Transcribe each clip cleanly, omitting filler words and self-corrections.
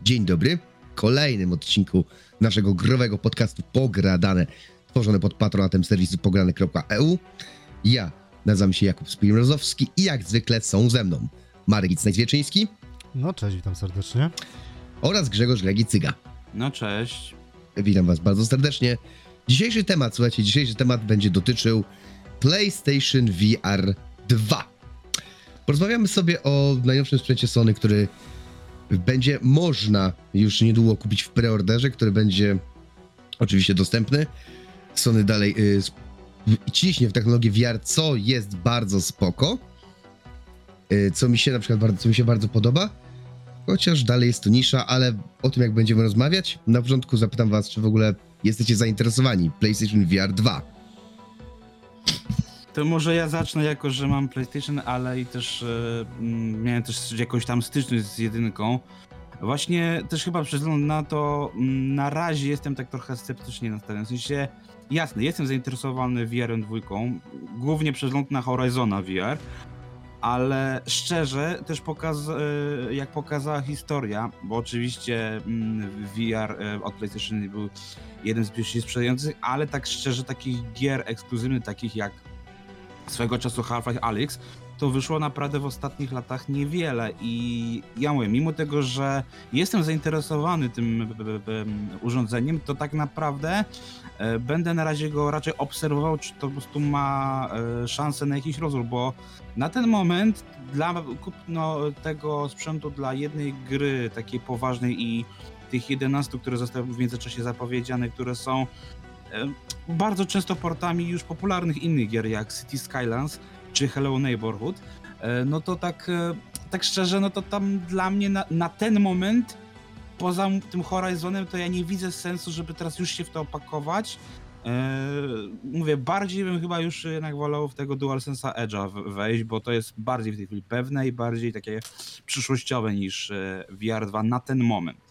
Dzień dobry, w kolejnym odcinku naszego growego podcastu Pogradane, tworzone pod patronatem serwisu pograne.eu. Ja nazywam się Jakub Spirimrozowski i jak zwykle są ze mną Marek Icnajs-Wieczyński. No cześć, witam serdecznie. Oraz Grzegorz Legi-Cyga. No cześć. Witam was bardzo serdecznie. Dzisiejszy temat będzie dotyczył PlayStation VR 2. Porozmawiamy sobie o najnowszym sprzęcie Sony, który będzie można już niedługo kupić w preorderze, który będzie oczywiście dostępny. Sony dalej ciśnie w technologię VR, co jest bardzo spoko. Co mi się bardzo podoba. Chociaż dalej jest to nisza, ale o tym jak będziemy rozmawiać. Na początku zapytam was, czy w ogóle jesteście zainteresowani PlayStation VR 2. To może ja zacznę, jako że mam PlayStation, ale i też miałem też jakąś tam styczność z jedynką. Właśnie też chyba przez wzgląd na to, na razie jestem tak trochę sceptycznie nastawiony. W sensie, jasne, jestem zainteresowany VR-em 2, głównie przez wzgląd na Horizona VR, ale szczerze też jak pokazała historia, bo oczywiście VR od PlayStation był jeden z pierwszych sprzedających, ale tak szczerze takich gier ekskluzywnych, takich jak swego czasu Half-Life Alyx, to wyszło naprawdę w ostatnich latach niewiele i ja mówię, mimo tego, że jestem zainteresowany tym urządzeniem, to tak naprawdę będę na razie go raczej obserwował, czy to po prostu ma szansę na jakiś rozwój, bo na ten moment dla kupno tego sprzętu dla jednej gry takiej poważnej i tych 11, które zostały w międzyczasie zapowiedziane, które są bardzo często portami już popularnych innych gier jak City Skylines czy Hello Neighborhood, no to tak szczerze, no to tam dla mnie na ten moment poza tym Horizonem to ja nie widzę sensu, żeby teraz już się w to opakować. Mówię, bardziej bym chyba już jednak wolał w tego DualSense'a Edge'a wejść, bo to jest bardziej w tej chwili pewne i bardziej takie przyszłościowe niż VR 2 na ten moment.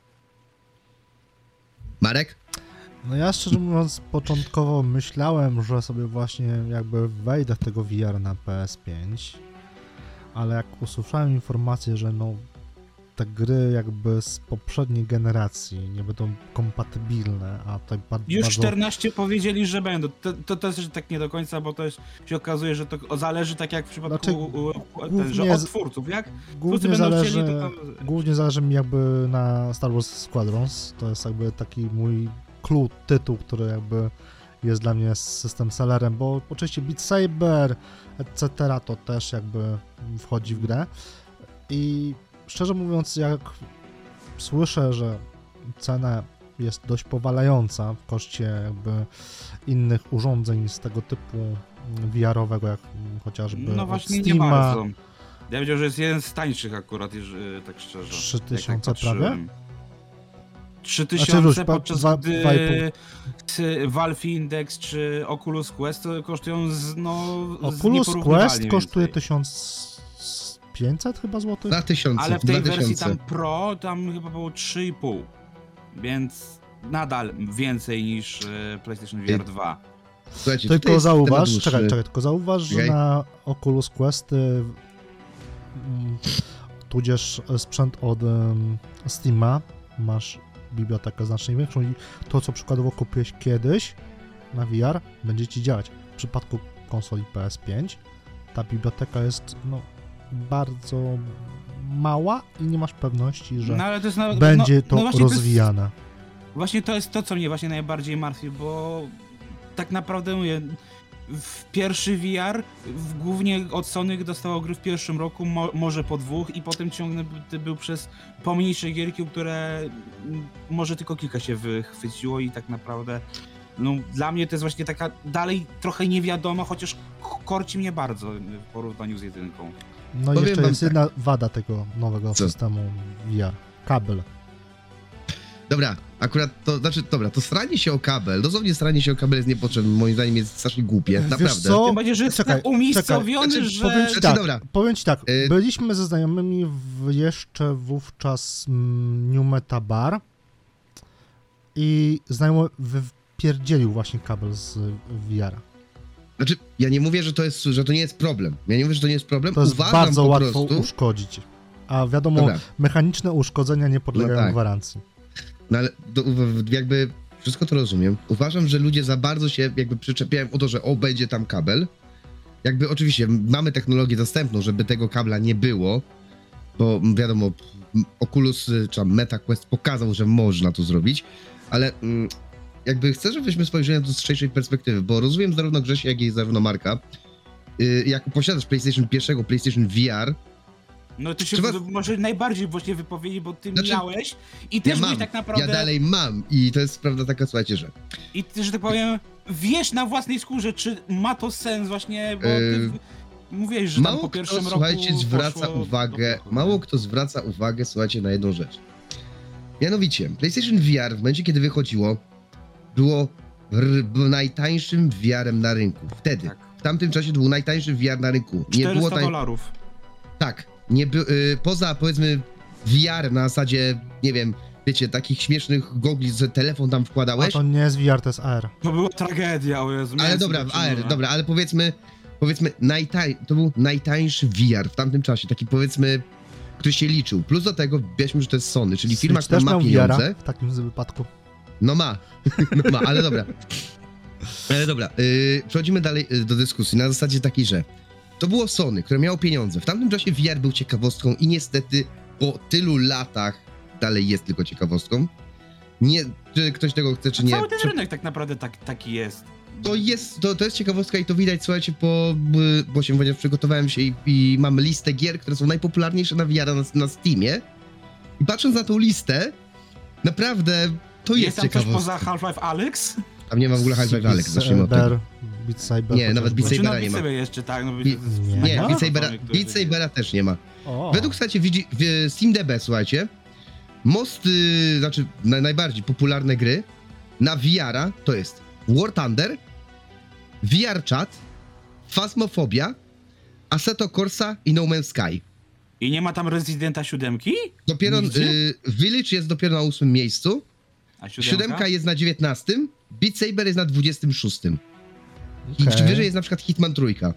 Marek? No ja szczerze mówiąc początkowo myślałem, że sobie właśnie jakby wejdę w tego VR na PS5, ale jak usłyszałem informację, że no te gry jakby z poprzedniej generacji nie będą kompatybilne, a to Już bardzo... 14 powiedzieli, że będą. To też tak nie do końca, bo to jest, się okazuje, że to zależy tak jak w przypadku że od twórców, jak? Głównie zależy mi jakby na Star Wars Squadrons, to jest jakby taki mój clue, tytuł, który jakby jest dla mnie system sellerem, bo oczywiście Beat Saber, etc. to też jakby wchodzi w grę i szczerze mówiąc, jak słyszę, że cena jest dość powalająca w koszcie jakby innych urządzeń z tego typu VR-owego, jak chociażby no właśnie Steama. Nie bardzo. Ja wiedział, że jest jeden z tańszych akurat, tak szczerze. 3000 prawie? 3000, podczas gdy Valve Index czy Oculus Quest kosztują Oculus Quest kosztuje 1500 chyba złotych? 2000. Ale w tej wersji tam Pro, tam chyba było 3,5. Więc nadal więcej niż PlayStation VR 2. Słuchajcie, tylko zauważ, tylko zauważ, że na Oculus Quest tudzież sprzęt od Steama masz bibliotekę znacznie większą i to, co przykładowo kupiłeś kiedyś na VR, będzie ci działać. W przypadku konsoli PS5 ta biblioteka jest bardzo mała i nie masz pewności, że będzie to rozwijane. Właśnie to jest to, co mnie właśnie najbardziej martwi, bo tak naprawdę mówię, w pierwszy VR głównie od Sony dostało gry w pierwszym roku, może po 2 i potem ciągnięty był przez pomniejsze gierki, które może tylko kilka się wychwyciło i tak naprawdę dla mnie to jest właśnie taka dalej trochę niewiadoma, chociaż korci mnie bardzo w porównaniu z jedynką. No i jeszcze jest jedna wada tego nowego systemu VR. Kabel. Dobra, akurat to, to staranie się o kabel, dosłownie staranie się o kabel jest niepotrzebne, moim zdaniem jest strasznie głupie, naprawdę. Tym bardziej, że jest tak umiejscowiony, że... Powiem ci tak, byliśmy ze znajomymi jeszcze wówczas New Meta Bar i znajomy wypierdzielił właśnie kabel z VR-a. Znaczy, ja nie mówię, że to nie jest problem. To jest bardzo łatwo uszkodzić. A wiadomo, Dobra. mechaniczne uszkodzenia nie podlegają No tak. gwarancji. No ale jakby wszystko to rozumiem. Uważam, że ludzie za bardzo się jakby przyczepiają o to, że będzie tam kabel. Jakby oczywiście mamy technologię dostępną, żeby tego kabla nie było, bo wiadomo, Oculus czy tam MetaQuest pokazał, że można to zrobić, ale jakby chcę, żebyśmy spojrzeli na to z szerszej perspektywy, bo rozumiem zarówno Grzesia, jak i zarówno Marka. Jak posiadasz PlayStation 1, PlayStation VR, No ty się Trzeba- może najbardziej właśnie wypowiedzieć, bo ty Znaczy, miałeś i też byłeś tak naprawdę... ja dalej mam i to jest prawda taka, słuchajcie, że I ty, że tak powiem, wiesz na własnej skórze, czy ma to sens właśnie, bo ty mówiłeś, że tam mało po kto, pierwszym słuchajcie, roku zwraca poszło uwagę, do- mało kto zwraca uwagę, słuchajcie, na jedną rzecz. Mianowicie, PlayStation VR w momencie, kiedy wychodziło, było najtańszym VR-em na rynku. Wtedy. Tak. W tamtym czasie to był najtańszy VR na rynku. Nie 400 było dolarów. Tak. Nie poza, powiedzmy, VR na zasadzie, nie wiem, wiecie, takich śmiesznych gogli, że telefon tam A wkładałeś. to nie jest VR, to jest AR. To była tragedia, o Jezu. Ale miałem dobra, z tym do czynienia. dobra, ale powiedzmy, to był najtańszy VR w tamtym czasie, taki powiedzmy, który się liczył. Plus do tego, weźmy, że to jest Sony, czyli firma, Switch która też ma miał pieniądze. VR-a w takim wypadku. No ma, no ma, ale dobra. Ale dobra, przechodzimy dalej do dyskusji na zasadzie takiej, że to było Sony, które miało pieniądze. W tamtym czasie VR był ciekawostką i niestety po tylu latach dalej jest tylko ciekawostką. Nie, czy ktoś tego chce, czy nie. Cały ten rynek tak naprawdę taki jest. To jest ciekawostka i to widać, słuchajcie, bo się ponieważ przygotowałem się i mam listę gier, które są najpopularniejsze na VR na Steamie. I patrząc na tą listę, naprawdę to jest Jest tam coś ciekawostka. poza Half-Life Alyx? Tam nie ma w ogóle Half-Life Alyx, zacznijmy od tego. Beat Saber. Nie, nawet Beat Czy Sabera na nie ma. sobie jeszcze, tak? No, Nie. Nie, ma? Beat Sabera też nie ma. O. Według, słuchajcie, w SteamDB, słuchajcie, znaczy najbardziej popularne gry na VR-a to jest War Thunder, VR Chat, Phasmophobia, Assetto Corsa i No Man's Sky. I nie ma tam Residenta 7? Dopiero Nigdzie? Village jest dopiero na 8 miejscu, A 7 jest na 19, Beat Saber jest na 26. I Okej. wyżej jest na przykład Hitman Trójka.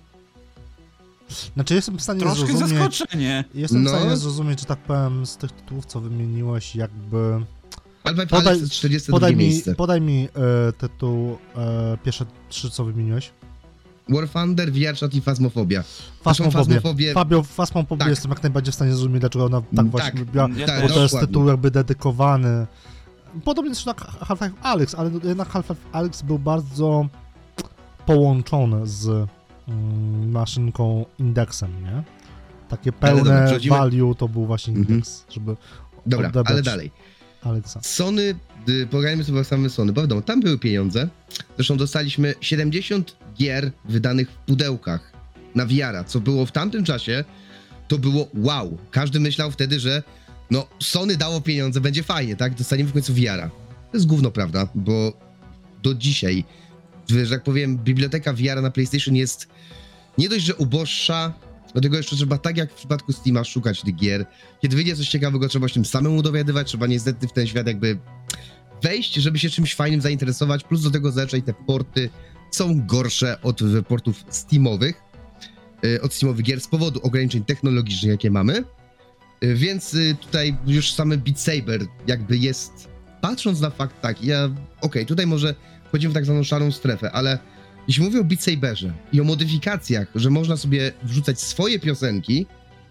Znaczy jestem w stanie Troszkę zrozumieć... zaskoczenie. Jestem w No. stanie zrozumieć, że tak powiem, z tych tytułów, co wymieniłeś, jakby... Half-Life Podaj- Alyx jest 42 miejsce. Podaj mi tytuł, pierwsze 3, co wymieniłeś. War Thunder, VR Chat i Phasmophobia. To są Phasmophobia. Phasmophobie- Phasmophobia Tak. jestem jak najbardziej w stanie zrozumieć, dlaczego ona tak właśnie wybiła, Ja tak, bo to jest dokładnie. tytuł jakby dedykowany. Podobnie zresztą jak Half-Life Alyx, ale jednak Half-Life Alyx był bardzo połączony z maszynką indeksem, nie? Takie pełne dobra, przechodzimy- value to był właśnie indeks, żeby Dobra, odebrać ale dalej. Alexa. Sony, pogadajmy sobie o samym Sony, bo wiadomo, tam były pieniądze. Zresztą dostaliśmy 70 gier wydanych w pudełkach na VR-a, co było w tamtym czasie, to było wow. Każdy myślał wtedy, że no Sony dało pieniądze, będzie fajnie, tak? Dostaniemy w końcu VR-a. To jest gówno, prawda? Bo do dzisiaj, że tak powiem, biblioteka VR-a na PlayStation jest nie dość, że uboższa, do tego jeszcze trzeba, tak jak w przypadku Steama, szukać tych gier. Kiedy wyjdzie coś ciekawego, trzeba się tym samemu dowiadywać, trzeba niestety w ten świat jakby wejść, żeby się czymś fajnym zainteresować, plus do tego zazwyczaj te porty są gorsze od portów Steamowych, od Steamowych gier z powodu ograniczeń technologicznych, jakie mamy. Więc tutaj już samy Beat Saber jakby jest, patrząc na fakt tak, okej, tutaj może wchodzimy w tak zwaną szarą strefę, ale jeśli mówię o Beat Saberze i o modyfikacjach, że można sobie wrzucać swoje piosenki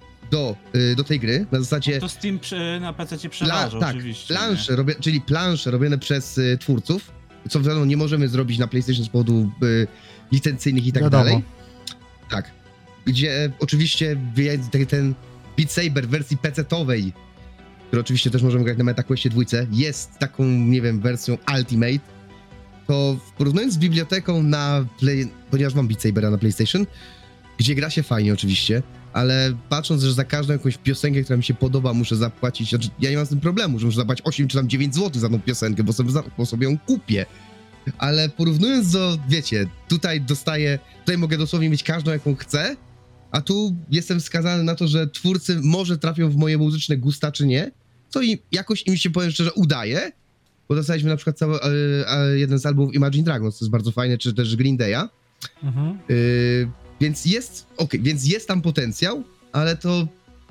do tej gry, na zasadzie To Steam na PC przeważa, tak, oczywiście. czyli plansze robione przez twórców, co wiadomo nie możemy zrobić na PlayStation z powodu licencyjnych i tak Wiadomo. dalej. Tak. Gdzie oczywiście ten Beat Saber w wersji PC-towej, który oczywiście też możemy grać na MetaQuestie 2, jest taką, nie wiem, wersją Ultimate, to porównując z biblioteką ponieważ mam Beat Sabera na PlayStation, gdzie gra się fajnie oczywiście, ale patrząc, że za każdą jakąś piosenkę, która mi się podoba, muszę zapłacić, znaczy ja nie mam z tym problemu, że muszę zapłacić 8 czy tam 9 zł za tą piosenkę, bo sobie ją kupię. Ale porównując do, wiecie, tutaj mogę dosłownie mieć każdą, jaką chcę, a tu jestem skazany na to, że twórcy może trafią w moje muzyczne gusta, czy nie, co jakoś im się, powiem szczerze, udaje, bo dostaliśmy na przykład cały jeden z albumów Imagine Dragons, to jest bardzo fajne, czy też Green Day'a. Więc jest tam potencjał, ale to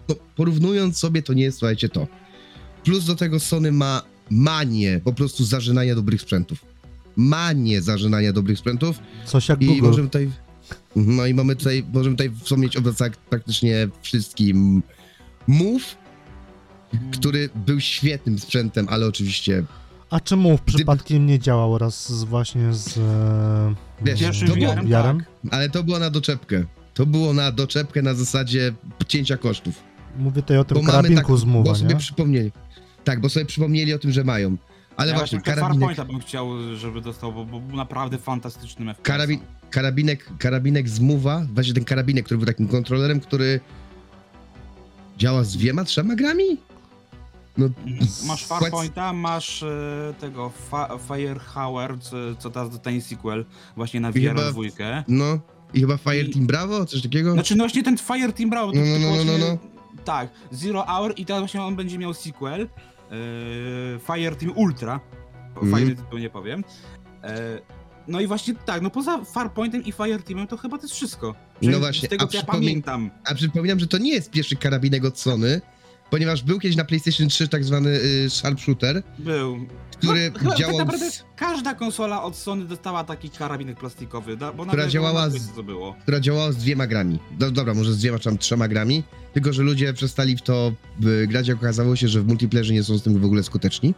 porównując sobie, to nie jest, słuchajcie, to. Plus do tego Sony ma manię po prostu zażynania dobrych sprzętów. Manię zażynania dobrych sprzętów. Coś jak I Google. możemy tutaj... No i możemy tutaj wspomnieć o praktycznie wszystkim. Move, który był świetnym sprzętem, ale oczywiście... A czemu przypadkiem nie działał właśnie z Wiesz, Pierwszym to było- VR-em, tak. Ale to było na doczepkę. To było na doczepkę na zasadzie cięcia kosztów. Mówię tutaj o tym Bo mamy karabinku z bo Move'a, sobie nie? przypomnieli. Tak, bo sobie przypomnieli o tym, że mają. Ale Ja właśnie, właśnie karabinek, Farpointa bym chciał, żeby dostał, bo był naprawdę fantastycznym FPS. karabinek z Move'a, właśnie ten karabinek, który był takim kontrolerem, który działa z 2-3 grami? No, Masz Farpointa, masz tego Firehauer, co teraz ten sequel właśnie na I chyba- VR dwójkę. no i chyba Fireteam Bravo, coś takiego? Znaczy no właśnie ten Fireteam Bravo, to No, tylko no, no, właśnie, no. tak, Zero Hour i teraz właśnie on będzie miał sequel, Fireteam Ultra, fajny tytuł nie powiem. No i właśnie tak, no poza Farpointem i Fireteamem to chyba to jest wszystko. No właśnie, z tego a co ja przypomnij- pamiętam. A przypominam, że to nie jest pierwszy karabinek od Sony, ponieważ był kiedyś na PlayStation 3 tak zwany Sharpshooter, Był. który Chyba działał tak naprawdę z... każda konsola od Sony dostała taki karabinek plastikowy, bo Która nawet działała na z- PlayStation to było. która działała z 2 grami. Dobra, może z 2 czy tam 3 grami, tylko że ludzie przestali w to grać, jak okazało się, że w multiplayerze nie są z tym w ogóle skuteczni.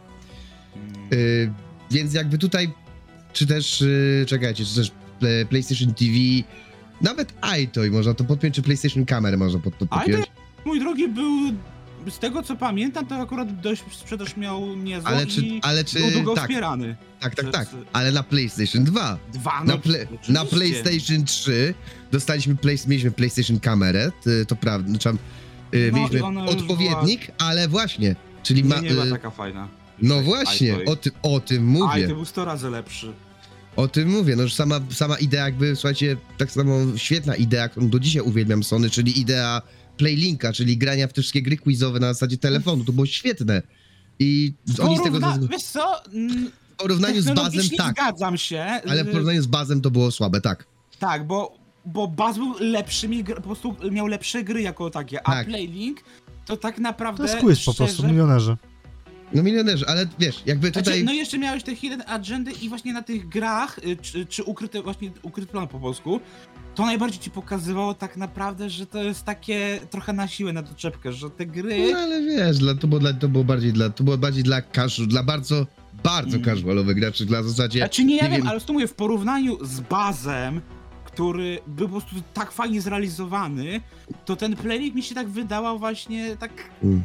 Więc jakby tutaj, czy też, czekajcie, czy też PlayStation TV, nawet iToy można to podpiąć, czy PlayStation Camera można pod to podpiąć. Mój drogi był, z tego co pamiętam, to akurat dość sprzedaż miał niezłą Ale czy, był długo tak, wspierany. tak, przez- ale na PlayStation 2. Dwa, Na, no, na oczywiście. PlayStation 3 mieliśmy PlayStation kamerę, to prawda, No i mieliśmy ona już odpowiednik, ale właśnie, czyli Nie była taka fajna. no właśnie, iToy. o tym mówię. iToy był 100 razy lepszy. O tym mówię, no że sama idea jakby, słuchajcie, tak samo świetna idea, którą do dzisiaj uwielbiam Sony, czyli idea Playlinka, czyli grania w te wszystkie gry quizowe na zasadzie telefonu, to było świetne. I oni z tego Wiesz co? w porównaniu z bazem, Technologicznie tak, zgadzam się. ale w porównaniu z bazem to było słabe, tak. Tak, bo Baz był lepszy, po prostu miał lepsze gry jako takie, a Tak. Playlink to tak naprawdę. To jest quiz po prostu, szczerze- milionerzy. No milionerzy, ale wiesz, jakby Znaczy, tutaj... no jeszcze miałeś te hidden agendy i właśnie na tych grach, czy ukryty plan po polsku, to najbardziej ci pokazywało tak naprawdę, że to jest takie trochę na siłę, na doczepkę, że te gry... No ale wiesz, to było bardziej dla bardzo casualowych graczy, dla zasadzie... Znaczy nie, ja nie wiem, wiem. ale to mówię, w porównaniu z Bazem, który był po prostu tak fajnie zrealizowany, to ten Playlink mi się tak wydawał właśnie tak... Mm.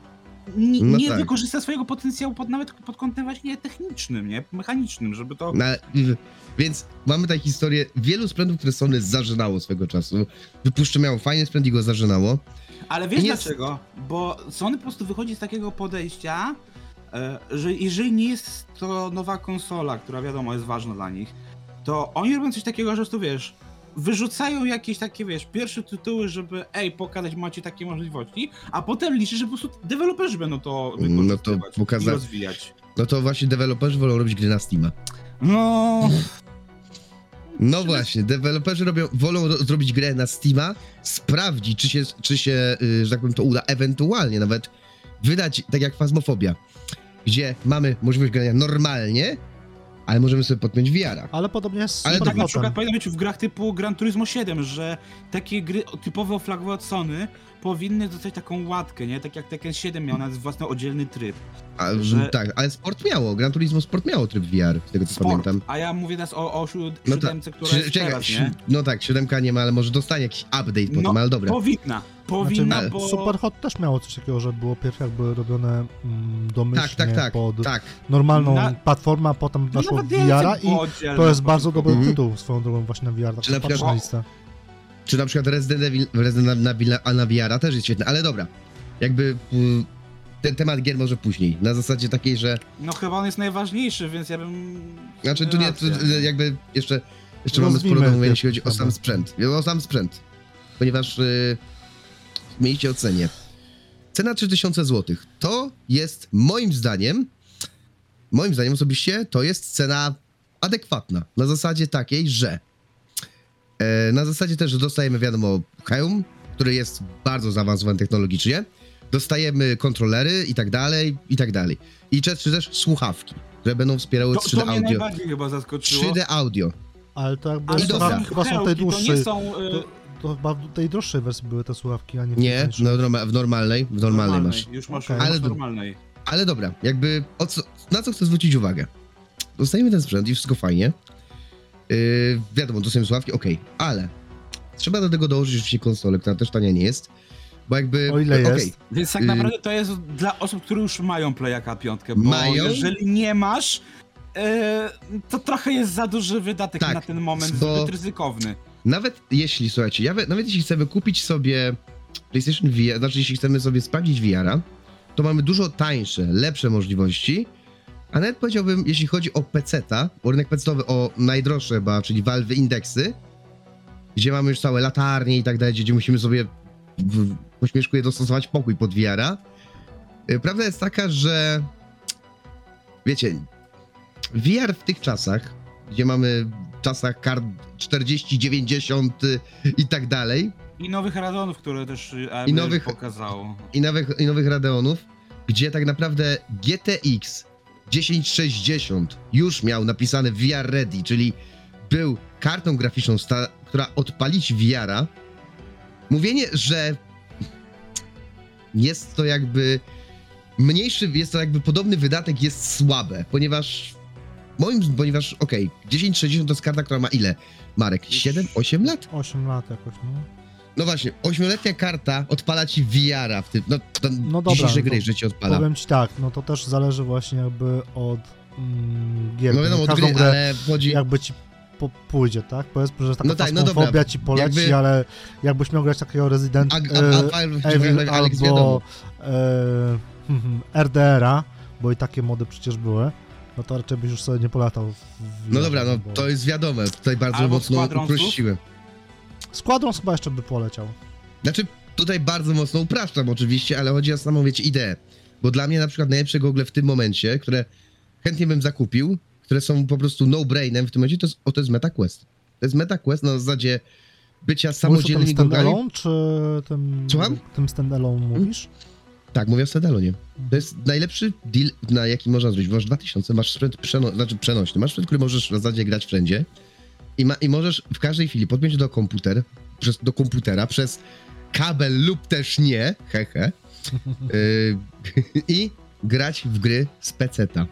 Nie No tak. wykorzysta swojego potencjału nawet pod kątem właśnie technicznym, nie? Mechanicznym, żeby to... No, więc mamy tę historię wielu sprzętów, które Sony zażynało swego czasu. Miało fajny sprzęt i go zażynało. Ale wiesz Nie- dlaczego? Bo Sony po prostu wychodzi z takiego podejścia, że jeżeli nie jest to nowa konsola, która wiadomo jest ważna dla nich, to oni robią coś takiego, że tu wiesz, wyrzucają jakieś takie, wiesz, pierwsze tytuły, żeby pokazać, macie takie możliwości, a potem liczy, że po prostu deweloperzy będą to wykorzystywać i rozwijać. No to właśnie deweloperzy wolą robić gry na Steama. No, No właśnie, deweloperzy wolą zrobić grę na Steama, sprawdzić, czy się, że tak powiem, to uda, ewentualnie nawet wydać, tak jak Phasmophobia, gdzie mamy możliwość grania normalnie, ale możemy sobie podpiąć VR-a. Ale podobnie jest z Ale tak na Superhotem. przykład powinno być w grach typu Gran Turismo 7, że takie gry typowo flagowe od Sony powinny dostać taką łatkę, nie? Tak jak Tekken 7 miał nawet własny oddzielny tryb. Że... Tak, ale Gran Turismo Sport miało tryb VR, z tego co pamiętam. A ja mówię teraz o No tak, siódemce, która jest teraz, nie? no tak, 7 nie ma, ale może dostanie jakiś update potem, ale dobra. Powinna, Znaczy, bo... Superhot też miało coś takiego, że było pierwsze jakby robione domyślnie pod tak. normalną platformę, a potem weszło w VR-a i to jest bardzo dobry tytuł swoją drogą właśnie na VR, tak Czy na patrzę przykład- na listę. Czy na przykład Resident Evil na VR-a też jest świetny, ale dobra. Jakby ten temat gier może później, na zasadzie takiej, że... No chyba on jest najważniejszy, więc ja bym... Znaczy tu nie, jakby jeszcze mamy Rozwijmy sporo do mówienia, też, jeśli chodzi o sam sprzęt. O sam sprzęt. Ponieważ mieliście o cenie. Cena 3000 zł. To jest moim zdaniem osobiście, to jest cena adekwatna. Na zasadzie takiej, że na zasadzie też, że dostajemy, wiadomo, hełm, który jest bardzo zaawansowany technologicznie. Dostajemy kontrolery i tak dalej, i tak dalej. I czy też słuchawki, które będą wspierały 3D To mnie audio. najbardziej chyba zaskoczyło. 3D audio. Ale to jakby Ale słuchawki chyba są tej to nie dłuższej. są... To chyba w tej droższej wersji były te słuchawki, a nie w tej Nie, tańszej. no, w normalnej masz. Już masz Okej. okay. Ale- normalnej. Ale dobra, jakby na co chcę zwrócić uwagę? Dostajemy ten sprzęt i wszystko fajnie. Wiadomo, dostajemy słuchawki, okej, ale trzeba do tego dołożyć oczywiście konsolę, która też tania nie jest, bo jakby... O ile okej, jest? Więc tak naprawdę to jest dla osób, które już mają Playaka 5, bo Mają? jeżeli nie masz, to trochę jest za duży wydatek Tak, na ten moment, bo- zbyt ryzykowny. Nawet jeśli, słuchajcie, nawet jeśli chcemy kupić sobie PlayStation VR, znaczy jeśli chcemy sobie sprawdzić VR-a, to mamy dużo tańsze, lepsze możliwości, a nawet powiedziałbym, jeśli chodzi o PC-ta, o rynek PC-owy, o najdroższe chyba, czyli Valve Indeksy, gdzie mamy już całe latarnie i tak dalej, gdzie musimy sobie po śmieszku je dostosować pokój pod VR-a. Prawda jest taka, że wiecie, VR w tych czasach, gdzie mamy w czasach kart 40, 90 i tak dalej, I nowych Radeonów, które też AMD I nowych- pokazało. i nowych Radeonów, gdzie tak naprawdę GTX 1060 już miał napisane VR Ready, czyli był kartą graficzną, która odpalić VR-a. Mówienie, że jest to jakby jest to jakby podobny wydatek, jest słabe, ponieważ okej, 1060 to jest karta, która ma ile? Marek, 7-8 lat? 8 lat jakoś, no. No właśnie, 8-letnia karta odpala ci VR-a w tym, No dobra, dzisiejsze gry, no, że ci odpala. Powiem ci tak, no to też zależy właśnie jakby od gier. No wiadomo, od Każdą gry, grę ale chodzi... jakby ci pójdzie, tak? Powiedzmy, że taka No tak, no dobra, fasmofobia ci poleci, jakby- ale jakbyś miał grać takiego Resident Alex albo wiadomo. RDR-a, bo i takie mody przecież były, no to raczej byś już sobie nie polatał No dobra, no bo... to jest wiadome, tutaj bardzo Albo mocno Squadronsów? uprościłem. Squadrons chyba jeszcze by poleciał. Znaczy, tutaj bardzo mocno upraszczam oczywiście, ale chodzi o samą, wiecie, ideę. Bo dla mnie na przykład najlepsze gogle w tym momencie, które chętnie bym zakupił, które są po prostu no-brainem w tym momencie, to jest MetaQuest. To jest MetaQuest na zasadzie bycia samodzielnymi Mówisz o tym goglami. standalone, czy tym... Słucham? Tym standalone mówisz? Tak, mówię o Sedelonie. To jest najlepszy deal, na jaki można zrobić. Masz 2000, masz sprzęt przenośny, masz sprzęt, który możesz w zasadzie grać wszędzie i możesz w każdej chwili podpiąć do komputera przez kabel lub też nie, hehe, i grać w gry z peceta.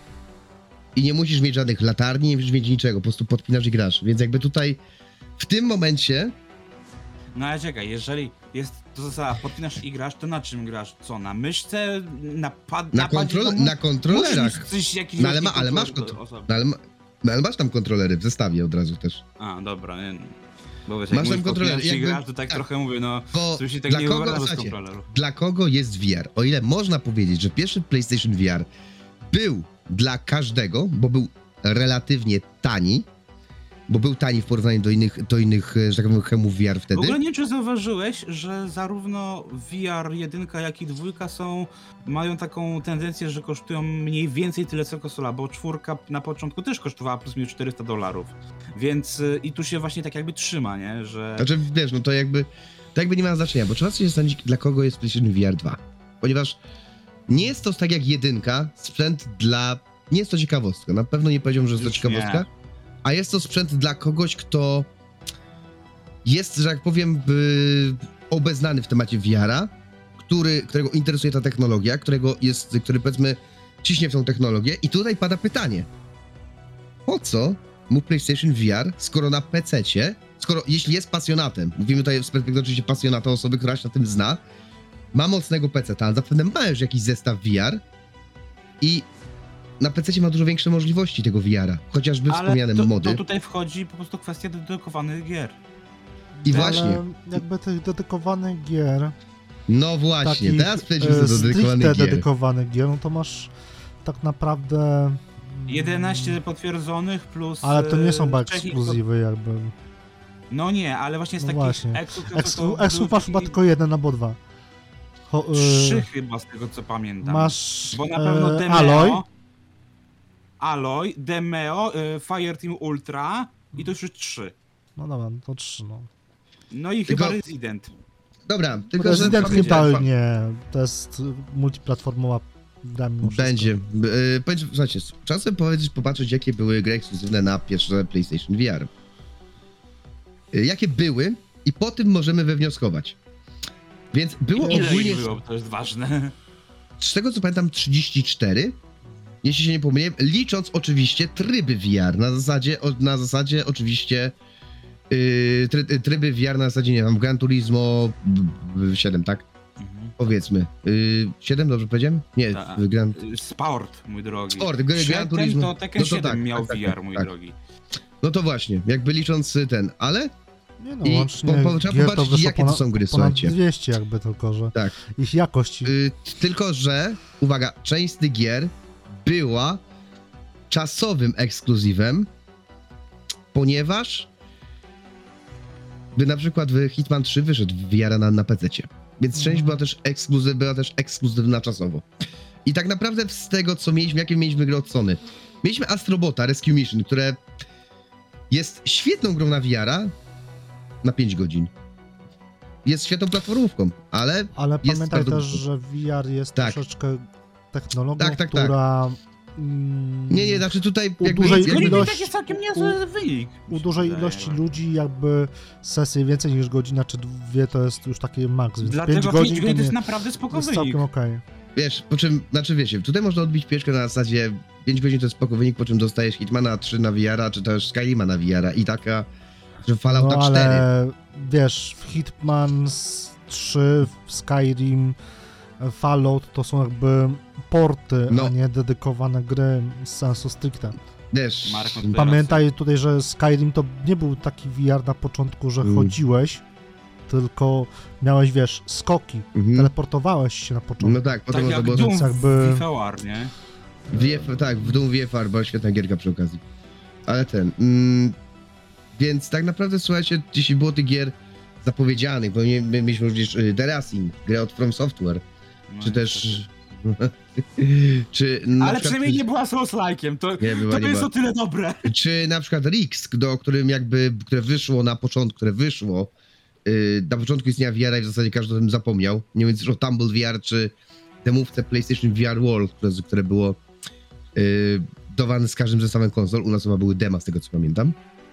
I nie musisz mieć żadnych latarni, nie musisz mieć niczego, po prostu podpinasz i grasz. Więc jakby tutaj w tym momencie No ale czekaj, jeżeli jest to zasada, podpinasz i grasz, to na czym grasz? Co, na myszce? Na na kontrolerach. Musisz coś, jakiś No ale, właśnie ale masz osobny. ale masz tam kontrolery w zestawie od razu też. A, dobra, nie. Bo wiesz, Masz jak tam mówisz, kontroler, podpinasz i jakby- grasz, to tak tak. trochę mówię, no, Bo coś się dla tak nie kogo, wyobraża z słuchajcie, kontroleru. dla kogo jest VR? O ile można powiedzieć, że pierwszy PlayStation VR był dla każdego, bo był relatywnie tani, bo był tani w porównaniu do innych że tak powiem, chemów VR W wtedy. ogóle nie wiem, czy zauważyłeś, że zarówno VR 1, jak i 2 mają taką tendencję, że kosztują mniej więcej tyle co konsola, bo 4 na początku też kosztowała plus minus $400, więc i tu się właśnie tak jakby trzyma, nie, że... Znaczy, wiesz, no to jakby nie ma znaczenia, bo trzeba się zastanowić, dla kogo jest PlayStation VR 2. Ponieważ nie jest to tak jak 1, sprzęt dla... Nie jest to ciekawostka, na pewno nie powiedziałbym, że jest to Już ciekawostka, nie. a jest to sprzęt dla kogoś, kto jest, że tak powiem, obeznany w temacie VR-a, którego interesuje ta technologia, który powiedzmy ciśnie w tą technologię i tutaj pada pytanie, po co mu PlayStation VR, skoro na PC-cie, jeśli jest pasjonatem, mówimy tutaj z perspektywy oczywiście pasjonata, osoby, która się na tym zna, ma mocnego PC-ta, ale zapewne ma już jakiś zestaw VR i na PC-cie ma dużo większe możliwości tego VR-a, chociażby wspomniane mody. to tutaj wchodzi po prostu kwestia dedykowanych gier. I Ale właśnie, jakby tych dedykowanych gier, no właśnie, takich teraz przejdźmy do stricte dedykowanych gier. dedykowanych gier, no to masz tak naprawdę... 11 potwierdzonych plus... Ale to nie są chyba Czech i- ekskluzywy jakby. No nie, ale właśnie z No takich właśnie. eksów... Exów masz chyba tylko jeden albo dwa. 3 chyba z tego co pamiętam. Masz Bo na pewno Alloy, Demeo, Fireteam Ultra i to już 3. No dobra, no to 3, no. No i Tylko- chyba Resident. Dobra, tylko że... Resident pamiętaj- chyba nie, to jest multiplatformowa gra mimo wszystko. Będzie. Słuchajcie, czasem popatrzeć, jakie były gry ekskluzywne na pierwsze PlayStation VR. Jakie były i po tym możemy wywnioskować. Więc było Ile ogólnie, ich było, to jest ważne. z tego co pamiętam, 34, jeśli się nie pomyliłem, licząc oczywiście tryby VR, na zasadzie oczywiście tryby VR na zasadzie, nie wiem, Gran Turismo 7, tak? Powiedzmy. 7, dobrze powiedziałem? Nie, Tak. Gran... Sport, mój drogi. Sport, Gran Przedtem Turismo. to Tekken 7 miał tak, VR, mój tak. drogi. No to właśnie, jakby licząc ten, ale Nie no, i łącznie trzeba gier popatrzeć, wyszło jakie to są gry, ponad słuchajcie. 200 jakby, tylko że Tak. ich jakość... Tylko, że, uwaga, część z tych gier była czasowym ekskluzywem, ponieważ by na przykład w Hitman 3 wyszedł w VR na PC-cie. Więc część była też ekskluzywna czasowo. I tak naprawdę z tego, co mieliśmy, jakie mieliśmy gry od Sony. Mieliśmy Astrobota Rescue Mission, które jest świetną grą na VR-a na 5 godzin. Jest świetną platformówką, ale Ale jest pamiętaj bardzo też, dużo. że VR jest Tak. troszeczkę technologią, Tak, która... nie, znaczy tutaj U jakby, dużej jakby Golden ilość- Axe jest całkiem niezły wynik. u dużej Wydaje, ilości no. ludzi jakby sesje więcej niż godzina czy dwie to jest już taki maks, więc 5 Dlatego 5 godzin godzin to jest nie, naprawdę spoko jest wynik. całkiem okej. wiesz, po czym, znaczy wiecie, tutaj można odbić pieczkę na zasadzie 5 godzin to jest spoko wynik, po czym dostajesz Hitmana 3 na VR-a, czy też Skyrima na VR-a i taka, że Fallouta No 4. ale wiesz, w Hitman 3, w Skyrim, Fallout to są jakby porty, No. a nie dedykowane gry z sensu stricte. Wiesz, Mark, no Pamiętaj tutaj, że Skyrim to nie był taki VR na początku, że chodziłeś, tylko miałeś, wiesz, skoki, teleportowałeś się na początku. no tak, potem Tak można jak było... Doom jakby- w VFR, nie? Tak, w Doom VFR była świetna gierka przy okazji. Ale więc tak naprawdę, słuchajcie, jeśli było tych gier zapowiedzianych, bo my mieliśmy również The Racing, grę od From Software, No czy i też... czy na Ale przykład- przynajmniej nie była Souls-like'iem, to Nie, była, to nie jest była. o tyle dobre. Czy na przykład Rix, które wyszło na początku, na początku istnienia VR-a i w zasadzie każdy o tym zapomniał. Nie wiem, już o Tumble VR, czy demówce PlayStation VR World, które było dawane z każdym zestawem konsol. U nas chyba były dema, z tego co pamiętam.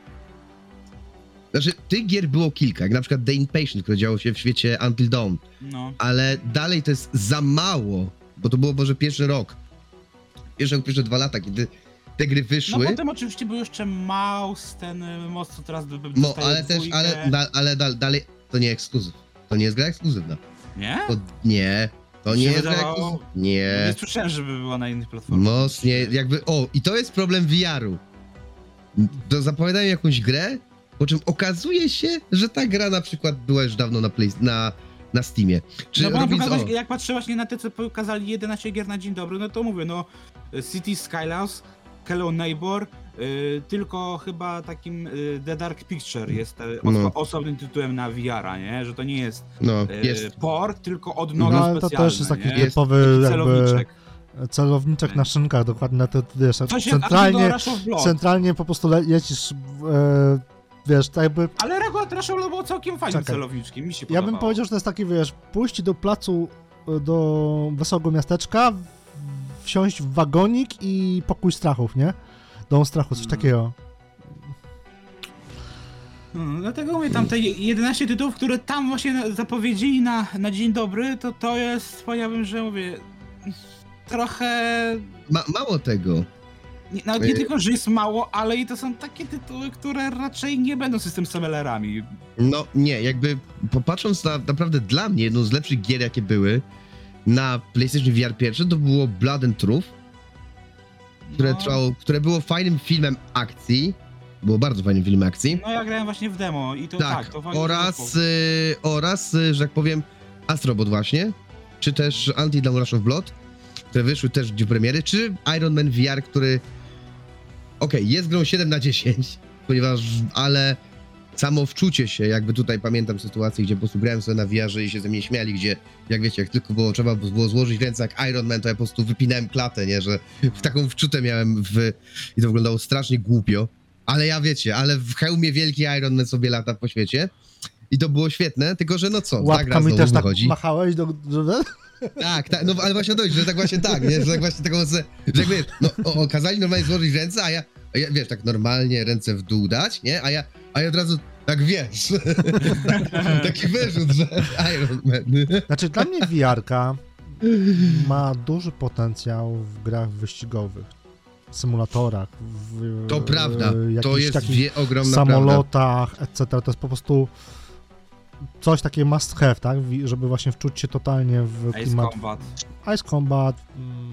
Znaczy, tych gier było kilka, jak na przykład The Inpatient, które działo się w świecie Until Dawn, No. ale dalej to jest za mało, bo to było może pierwszy rok. Pierwsze 2 lata, kiedy te gry No wyszły. potem oczywiście był jeszcze Mouse, ten most, co teraz No, dostaje ale też, dwójkę. dalej to nie ekskluzyw. To nie jest gra ekskluzywna. Nie? To nie Się jest gra wydawało- ekskluzywna. Nie Nie. słyszałem, żeby była na innych platformach. Mocnie, jakby, i to jest problem VR-u. Zapowiadają jakąś grę, po czym okazuje się, że ta gra na przykład była już dawno na Steamie. Czy No bo robić, jak patrzę właśnie na te, co pokazali 11 gier na dzień dobry, no to mówię, no City Skylines, Hello Neighbor, tylko chyba takim The Dark Picture jest No. osobnym tytułem na VR-a, nie? Że to nie jest jest. port, tylko od No nogi ale to specjalne, też jest taki nie? typowy jakby Celowniczek. celowniczek na szynkach, dokładnie na te, wiesz, Coś jak centralnie, Rush of Blood. centralnie po prostu lecisz, wiesz, tak jakby... Ale Rush of Blood był całkiem fajnym Czekaj. celowniczkiem, mi się Ja podobało. bym powiedział, że to jest taki, wiesz, pójść do placu, do wesołego miasteczka, wsiąść w wagonik i pokój strachów, nie? Dom strachu, coś takiego. Dlatego mówię, tam te 11 tytułów, które tam właśnie zapowiedzieli na dzień dobry, to jest, powiedziałbym, że mówię, trochę... Mało tego. Nawet nie tylko, że jest mało, ale i to są takie tytuły, które raczej nie będą system sellerami. No nie, jakby popatrząc na naprawdę dla mnie jedną z lepszych gier, jakie były na PlayStation VR pierwsze, to było Blood and Truth, które było fajnym filmem akcji. Było bardzo fajnym filmem akcji. No ja grałem właśnie w demo i to tak, to fajnie oraz, że tak powiem, Astrobot właśnie, czy też Until Dawn Rush of Blood, które wyszły też w dniu premiery, czy Iron Man VR, który jest grą 7 na 10, ale samo wczucie się, jakby tutaj pamiętam sytuację, gdzie po prostu grałem sobie na VR-ze i się ze mnie śmiali, gdzie, jak wiecie, jak tylko trzeba było złożyć ręce jak Iron Man, to ja po prostu wypinałem klatę, nie, że taką wczutę miałem i to wyglądało strasznie głupio, ale ja wiecie, ale w hełmie wielki Iron Man sobie lata po świecie, i to było świetne, tylko że no co, ta gra Łapkami znowu też tak wychodzi. machałeś, żeby... Tak, no ale właśnie dojść, że tak właśnie tak, nie? Że tak właśnie taką, że jak wiesz, no kazali normalnie złożyć ręce, a ja wiesz, tak normalnie ręce w dół dać, nie? A ja od razu tak wiesz, taki wyrzut, że Iron Man. Znaczy dla mnie VR-ka ma duży potencjał w grach wyścigowych, w symulatorach, w To prawda, to jakichś jest takich ogromna prawda. samolotach, etc. To jest po prostu coś takie must have, tak? Żeby właśnie wczuć się totalnie w Ace klimat Combat. Ice Combat,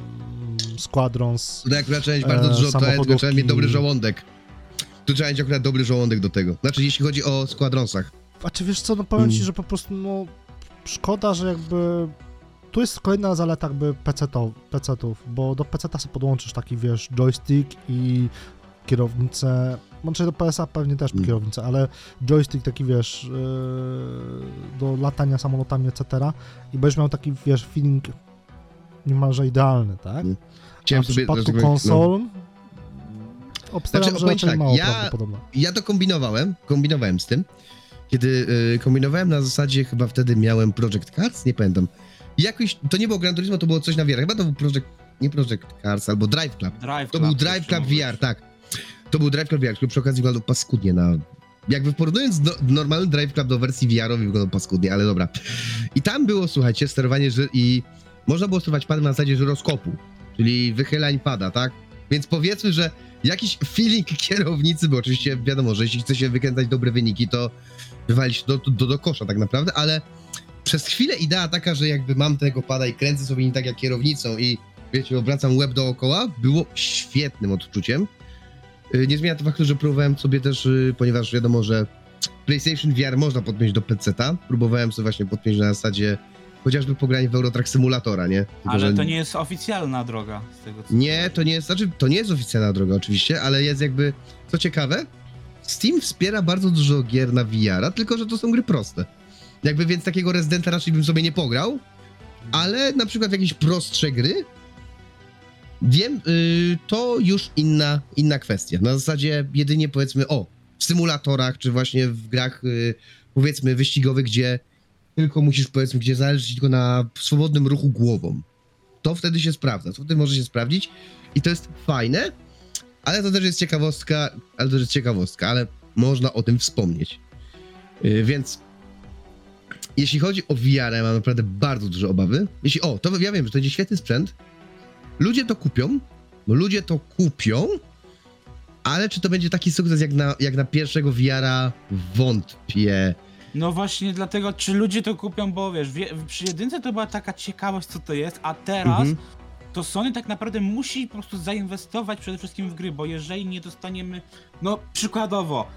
Squadrons. Tutaj akurat trzeba mieć bardzo dużo, to samochodówki. trzeba mieć dobry żołądek. Tu trzeba mieć akurat dobry żołądek do tego. Znaczy, jeśli chodzi o Squadronsach. A czy wiesz co, no powiem ci, że po prostu, no, szkoda, że jakby... Tu jest kolejna zaleta jakby PC-ów, bo do PC-ta sobie podłączysz taki, wiesz, joystick i kierownicę, znaczy do PSA pewnie też kierownicę, ale joystick taki, wiesz, do latania samolotami, etc. I będziesz miał taki, wiesz, feeling niemalże idealny, tak? Chciałem A w przypadku konsol obstawiam, Znaczy, że raczej tak, mało prawdopodobne. Ja to kombinowałem z tym, kiedy kombinowałem na zasadzie, chyba wtedy miałem Project Cars, nie pamiętam. I jakoś, to nie było Gran Turismo, to było coś na VR, chyba to był nie Project Cars, albo Drive Club. To był Drive Club VR, tak. To był Drive Club VR, który przy okazji wyglądał paskudnie jakby porównując normalny Drive Club do wersji VR-owej wyglądał paskudnie, ale dobra. I tam było, słuchajcie, sterowanie, i można było sterować padem na zasadzie żyroskopu, czyli wychylań pada, tak? Więc powiedzmy, że jakiś feeling kierownicy, bo oczywiście wiadomo, że jeśli chce się wykręcać dobre wyniki, to wywalić do kosza tak naprawdę, ale przez chwilę idea taka, że jakby mam tego pada i kręcę sobie nie tak jak kierownicą i wiecie, obracam łeb dookoła, było świetnym odczuciem. Nie zmienia to faktu, że próbowałem sobie też, ponieważ wiadomo, że PlayStation VR można podpiąć do PC-ta, próbowałem sobie właśnie podpiąć na zasadzie chociażby pogranie w Eurotrack Simulatora, nie? Tylko, Ale że... to nie jest oficjalna droga z tego co Nie, to nie jest, znaczy to nie jest oficjalna droga oczywiście, ale jest jakby, co ciekawe, Steam wspiera bardzo dużo gier na VR-a, tylko że to są gry proste. Jakby więc takiego Residenta raczej bym sobie nie pograł, ale na przykład w jakieś prostsze gry, wiem, to już inna kwestia. Na zasadzie jedynie powiedzmy, w symulatorach, czy właśnie w grach powiedzmy wyścigowych, gdzie tylko musisz powiedzmy, gdzie zależy ci tylko na swobodnym ruchu głową. To wtedy się sprawdza, to wtedy może się sprawdzić i to jest fajne, ale to też jest ciekawostka, ale można o tym wspomnieć. Więc jeśli chodzi o VR, ja mam naprawdę bardzo duże obawy. To ja wiem, że to będzie świetny sprzęt. Ludzie to kupią, ale czy to będzie taki sukces jak na pierwszego VR-a? Wątpię. No właśnie dlatego, czy ludzie to kupią, bo wiesz, przy jedynce to była taka ciekawość, co to jest, a teraz to Sony tak naprawdę musi po prostu zainwestować przede wszystkim w gry, bo jeżeli nie dostaniemy, no przykładowo,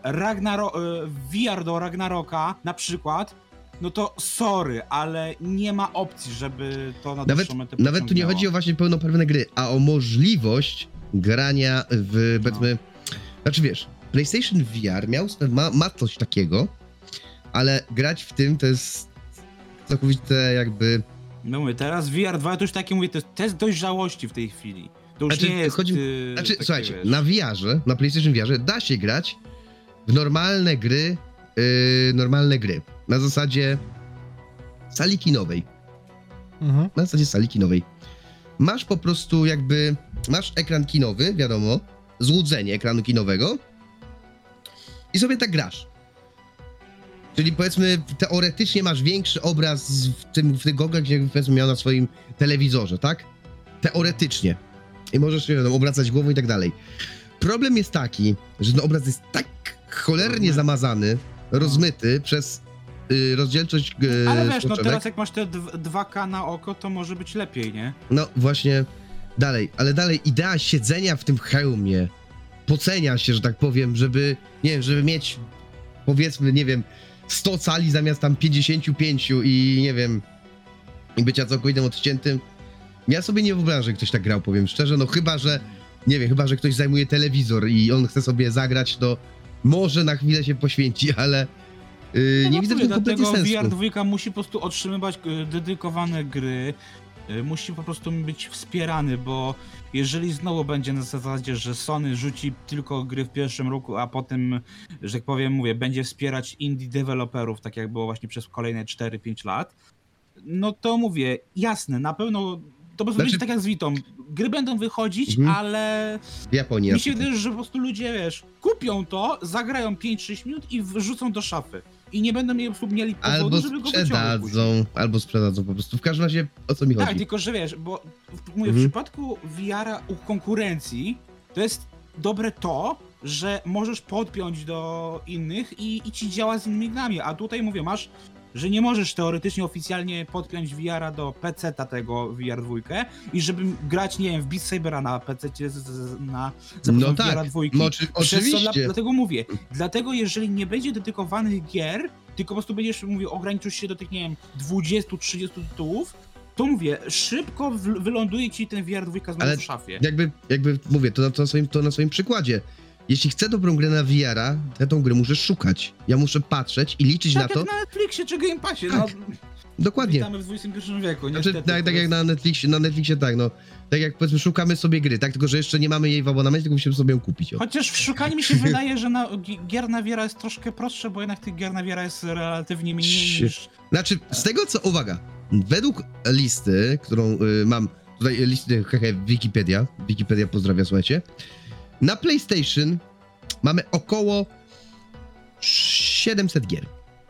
VR do Ragnaroka na przykład, no to sorry, ale nie ma opcji, żeby to na dłuższą metę Nawet tu nie chodzi o właśnie pełnoprawne gry, a o możliwość grania w, powiedzmy, znaczy wiesz, PlayStation VR ma coś takiego, ale grać w tym to jest całkowite jakby... No mówię, teraz VR 2 to już takie, mówię, to jest test dojrzałości w tej chwili. To już nie jest... takie, słuchajcie, wiesz... na VR-ze, na PlayStation VR-ze da się grać w normalne gry, na zasadzie sali kinowej. Na zasadzie sali kinowej. Masz po prostu jakby, masz ekran kinowy, wiadomo, złudzenie ekranu kinowego i sobie tak grasz. Czyli powiedzmy, teoretycznie masz większy obraz w tych goglach, gdzie powiedzmy miał na swoim telewizorze, tak? Teoretycznie. I możesz się obracać głową i tak dalej. Problem jest taki, że ten obraz jest tak cholernie zamazany, rozmyty przez rozdzielczość Ale wiesz, soczewek. no teraz jak masz te 2K na oko, to może być lepiej, nie? No właśnie, dalej idea siedzenia w tym hełmie pocenia się, że tak powiem, żeby, nie wiem, żeby mieć powiedzmy, nie wiem, 100 cali zamiast tam 55 i nie wiem, i bycia całkowicie odciętym. Ja sobie nie wyobrażam, że ktoś tak grał, powiem szczerze, no chyba, że nie wiem, chyba, że ktoś zajmuje telewizor i on chce sobie zagrać, to może na chwilę się poświęci, ale nie widzę w tym kompletnie sensu. VR 2 musi po prostu otrzymywać dedykowane gry musi po prostu być wspierany, bo jeżeli znowu będzie na zasadzie, że Sony rzuci tylko gry w pierwszym roku, a potem, że tak powiem, mówię, będzie wspierać indie deweloperów, tak jak było właśnie przez kolejne 4-5 lat, no to mówię, jasne, na pewno to po prostu będzie tak jak z Vitą. Gry będą wychodzić, ale W Japonii. mi się wydaje, że po prostu ludzie, wiesz, kupią to, zagrają 5-6 minut i wrzucą do szafy. I nie będą mieli powodu, Albo żeby go wyciągnąć. albo sprzedadzą po prostu. W każdym razie, o co mi chodzi? Tak, tylko że wiesz, bo mówię, w przypadku VR-a u konkurencji to jest dobre to, że możesz podpiąć do innych i ci działa z innymi grami, a tutaj mówię, masz, że nie możesz teoretycznie oficjalnie podpiąć VR-a do PC-ta tego VR 2 i żeby grać, nie wiem, w Beat Sabera na PC-cie na No tak, VR 2. oczywiście. Dlatego mówię, dlatego jeżeli nie będzie dedykowanych gier, tylko po prostu będziesz, mówię, ograniczysz się do tych, nie wiem, 20-30 tytułów, to mówię, szybko wyląduje ci ten VR 2 znowu w szafie. Jakby mówię, to na swoim przykładzie. Jeśli chcę dobrą grę na VR-a, to ja tą grę muszę szukać. Ja muszę patrzeć i liczyć tak na to. jak na Netflixie czy Game Passie, Tak, no. Dokładnie. Witamy w XXI wieku, Znaczy, niestety. tak jak na Netflixie tak, no. Tak jak powiedzmy szukamy sobie gry, tak? Tylko że jeszcze nie mamy jej w abonamencie, tylko musimy sobie ją kupić. O. Chociaż w szukaniu mi się wydaje, że gier na VR jest troszkę prostsze, bo jednak tych gier na VR jest relatywnie mniej niż... Znaczy, z tego co, uwaga, według listy, którą mam, tutaj listy, Wikipedia pozdrawia, słuchajcie, na PlayStation mamy około 700 gier.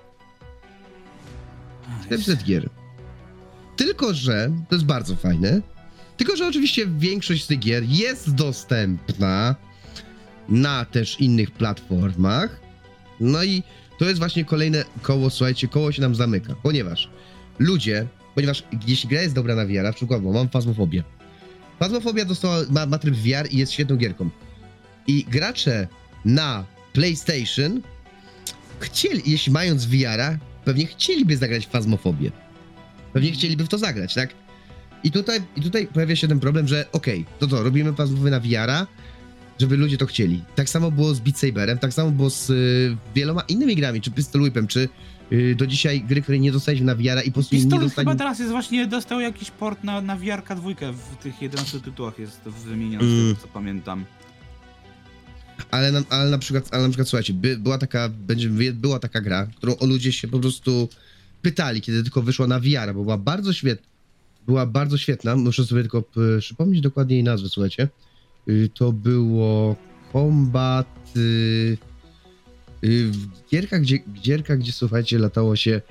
700 gier. Tylko że, to jest bardzo fajne, tylko że oczywiście większość z tych gier jest dostępna na też innych platformach, no i to jest właśnie kolejne koło, słuchajcie, koło się nam zamyka, ponieważ jeśli gra jest dobra na VR, przykładowo mam Phasmophobia. Phasmophobia ma tryb VR i jest świetną gierką. I gracze na PlayStation jeśli mając VR-a, pewnie chcieliby zagrać w Phasmophobię. Pewnie chcieliby w to zagrać, tak? I tutaj pojawia się ten problem, że to robimy Phasmophobię na VR-a, żeby ludzie to chcieli. Tak samo było z Beat Saberem, tak samo było z wieloma innymi grami, czy Pistol Whipem, czy do dzisiaj gry, które nie dostaliśmy na VR-a i po prostu nie Pistol dostali... chyba teraz jest właśnie, dostał jakiś port na VR-ka 2 w tych 11 tytułach jest wymieniony, z tego co pamiętam. Ale na przykład, słuchajcie, była taka gra, którą ludzie się po prostu pytali, kiedy tylko wyszła na VR, bo była bardzo świetna, muszę sobie tylko przypomnieć dokładnie jej nazwę, słuchajcie. To było Combat... gierka, gdzie słuchajcie, latało się,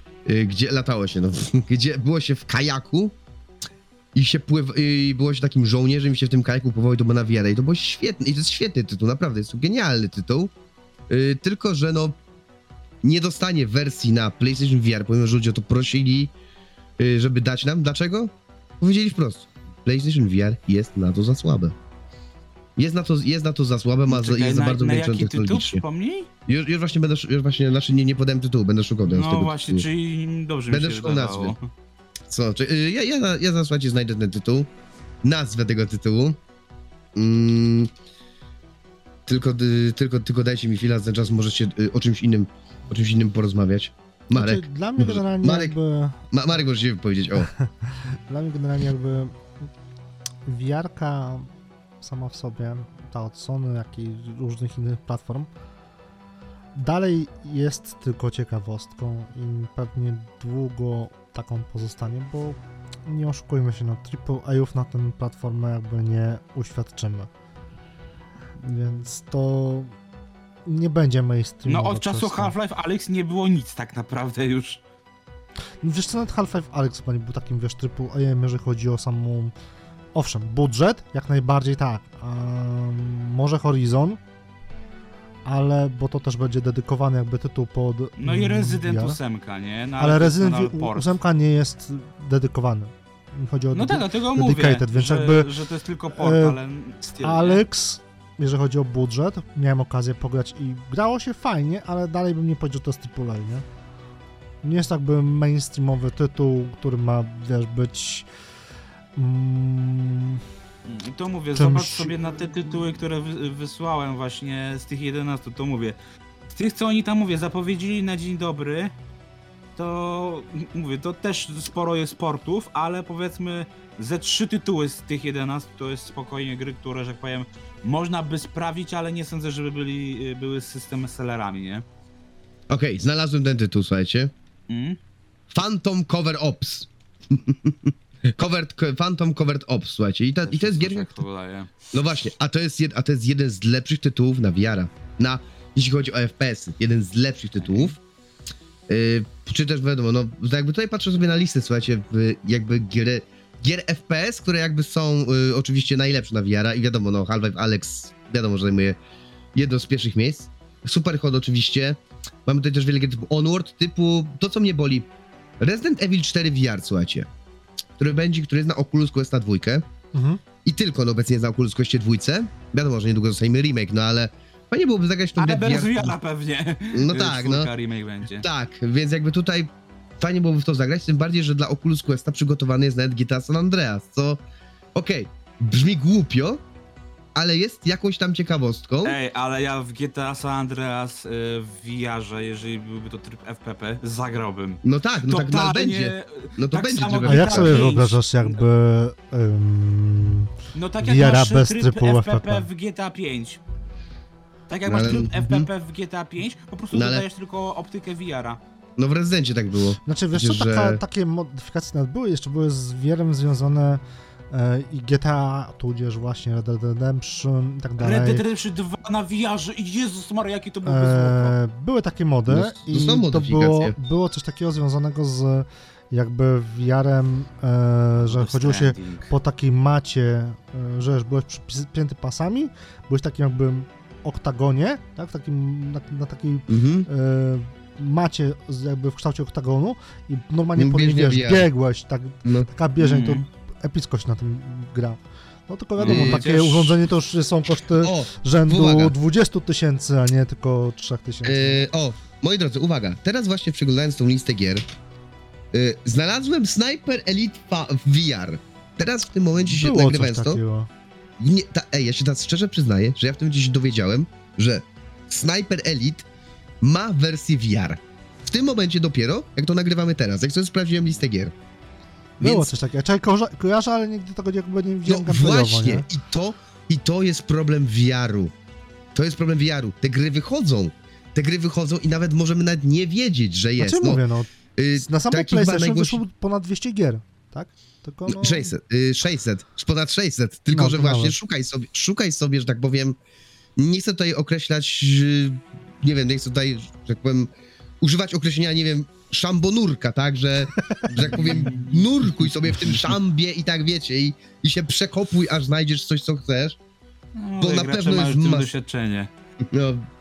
gdzie było się w kajaku i było się takim żołnierzem i się w tym kajaku pływało do VR-a i to było świetne, i to jest świetny tytuł, naprawdę, jest to genialny tytuł, tylko że no nie dostanie wersji na PlayStation VR, pomimo że ludzie o to prosili, żeby dać nam. Dlaczego? Powiedzieli wprost, PlayStation VR jest na to za słabe. Jest na to za słabe, jest za bardzo ograniczone technologicznie. Przypomnij? Już właśnie, znaczy nie podałem tytułu, będę szukał teraz tego właśnie, tytułu. czyli dobrze Będę mi się szukał wydawało. nazwy. Co? Ja słuchajcie, znajdę ten tytuł, nazwę tego tytułu. Tylko dajcie mi chwilę, za ten czas możecie o czymś innym porozmawiać. Marek. Znaczy, dla mnie generalnie Marek może się wypowiedzieć, o. Dla mnie generalnie jakby VR-ka sama w sobie, ta od Sony, jak i różnych innych platform, dalej jest tylko ciekawostką i pewnie długo taką pozostanie, bo nie oszukujmy się, no AAA-ów na tę platformę jakby nie uświadczymy. Więc to nie będzie mainstreamowe. No od czasu Half-Life Alyx nie było nic tak naprawdę już. No wiesz co, nawet Half-Life Alyx chyba nie był takim, wiesz, AAA-em, jeżeli chodzi o samą... Owszem, budżet, jak najbardziej tak. Może Horizon, ale bo to też będzie dedykowany jakby tytuł pod... No i Resident 8, nie? No, ale Resident 8 nie jest dedykowany. Chodzi o no tak, dlatego dedicated, mówię, więc że, jakby, że to jest tylko port, ale styl, Alyx, jeżeli chodzi o budżet, miałem okazję pograć i grało się fajnie, ale dalej bym nie powiedział, że to jest AAA, nie? Nie jest jakby mainstreamowy tytuł, który ma, wiesz, być... I to mówię, zobacz sobie na te tytuły, które wysłałem właśnie z tych 11, to mówię. Z tych, co oni tam, mówię, zapowiedzieli na dzień dobry, to mówię, to też sporo jest sportów, ale powiedzmy ze 3 tytuły z tych 11 to jest spokojnie gry, które, że tak powiem, można by sprawić, ale nie sądzę, żeby były system sellerami, nie? Okej, znalazłem ten tytuł, słuchajcie. Mm? Phantom Cover Ops. Phantom Covered Ops, słuchajcie. I to jest gierka... Jak to wydaje. No właśnie, a to jest jeden z lepszych tytułów na VR-a. Jeśli chodzi o FPS, jeden z lepszych tytułów. Czy też wiadomo, no jakby tutaj patrzę sobie na listę, słuchajcie, jakby gier FPS, które jakby są oczywiście najlepsze na VR-a i wiadomo, no Half-Life Alyx wiadomo, że zajmuje jedno z pierwszych miejsc. Superhot oczywiście. Mamy tutaj też wiele gier typu Onward, typu to co mnie boli. Resident Evil 4 VR, słuchajcie. Który jest na Oculus Quest na 2. I tylko obecnie jest na Oculus Questie 2. Wiadomo, że niedługo dostajemy remake, no ale fajnie byłoby zagrać tą grę Ale bez VR. VR pewnie. No tak, no. Remake będzie. Tak, więc jakby tutaj fajnie byłoby w to zagrać, tym bardziej, że dla Oculus Questa przygotowany jest nawet GTA San Andreas, co brzmi głupio, ale jest jakąś tam ciekawostką. Ej, ale ja w GTA San Andreas w VR-ze, jeżeli byłby to tryb FPP, zagrałbym. No tak, no tak, no ale Totalnie, będzie. No to tak będzie, samo żeby... A jak GTA sobie 5. wyobrażasz jakby No tak jak VR-a masz bez tryb trybu FPP FPP? w GTA 5. Tak jak No masz ale- tryb FPP w GTA 5, po prostu No ale- dodajesz tylko optykę VR-a. No w Rezydencie tak było. Znaczy, wiesz co, Przecież, że- takie modyfikacje nawet były, jeszcze były z VR-em związane i GTA, tudzież właśnie Red Dead Redemption i tak dalej. Red Dead Redemption 2 na VR-ze i Jezus Maria, jakie to byłoby złoto. Były takie mody No, to i są to modyfikacje. było coś takiego związanego z jakby VR-em, że chodziło się po takiej macie, że już byłeś przypięty pasami, byłeś w takim jakby oktagonie, tak, w takim, na takiej macie jakby w kształcie oktagonu i normalnie po niej, Bieżnia wiesz, VR. biegłeś, taka bieżeń, to Mhm. epickość na tym gra. No tylko wiadomo, I takie też- urządzenie to już są koszty O, rzędu uwaga. 20 000, a nie tylko 3 000. Moi drodzy, uwaga, teraz właśnie przeglądając tą listę gier, znalazłem Sniper Elite VR. Teraz w tym momencie się Było coś nagrywając to, takiego. ja się teraz szczerze przyznaję, że ja w tym momencie się dowiedziałem, że Sniper Elite ma wersję VR. W tym momencie dopiero, jak to nagrywamy teraz, jak sobie sprawdziłem listę gier. Było Więc, coś takiego. Ja kojarzę, ale nigdy tego jakby nie no widziałem gameplayowo, właśnie, nie? i to jest problem VR-u. To jest problem VR-u. Te gry wychodzą i nawet możemy nawet nie wiedzieć, że jest. Znaczy mówię, na samą taki chyba PlayStation wyszło ponad 200 gier, tak? Tylko 600, ponad 600, tylko No, że to właśnie nawet. szukaj sobie, że tak powiem, nie chcę tutaj określać, nie wiem, nie chcę tutaj, że tak powiem, używać określenia, nie wiem, szambonurka, tak, że tak powiem, nurkuj sobie w tym szambie i tak wiecie, i się przekopuj, aż znajdziesz coś, co chcesz. No, to na gracze pewno mają jest w tym mas- doświadczenie. No,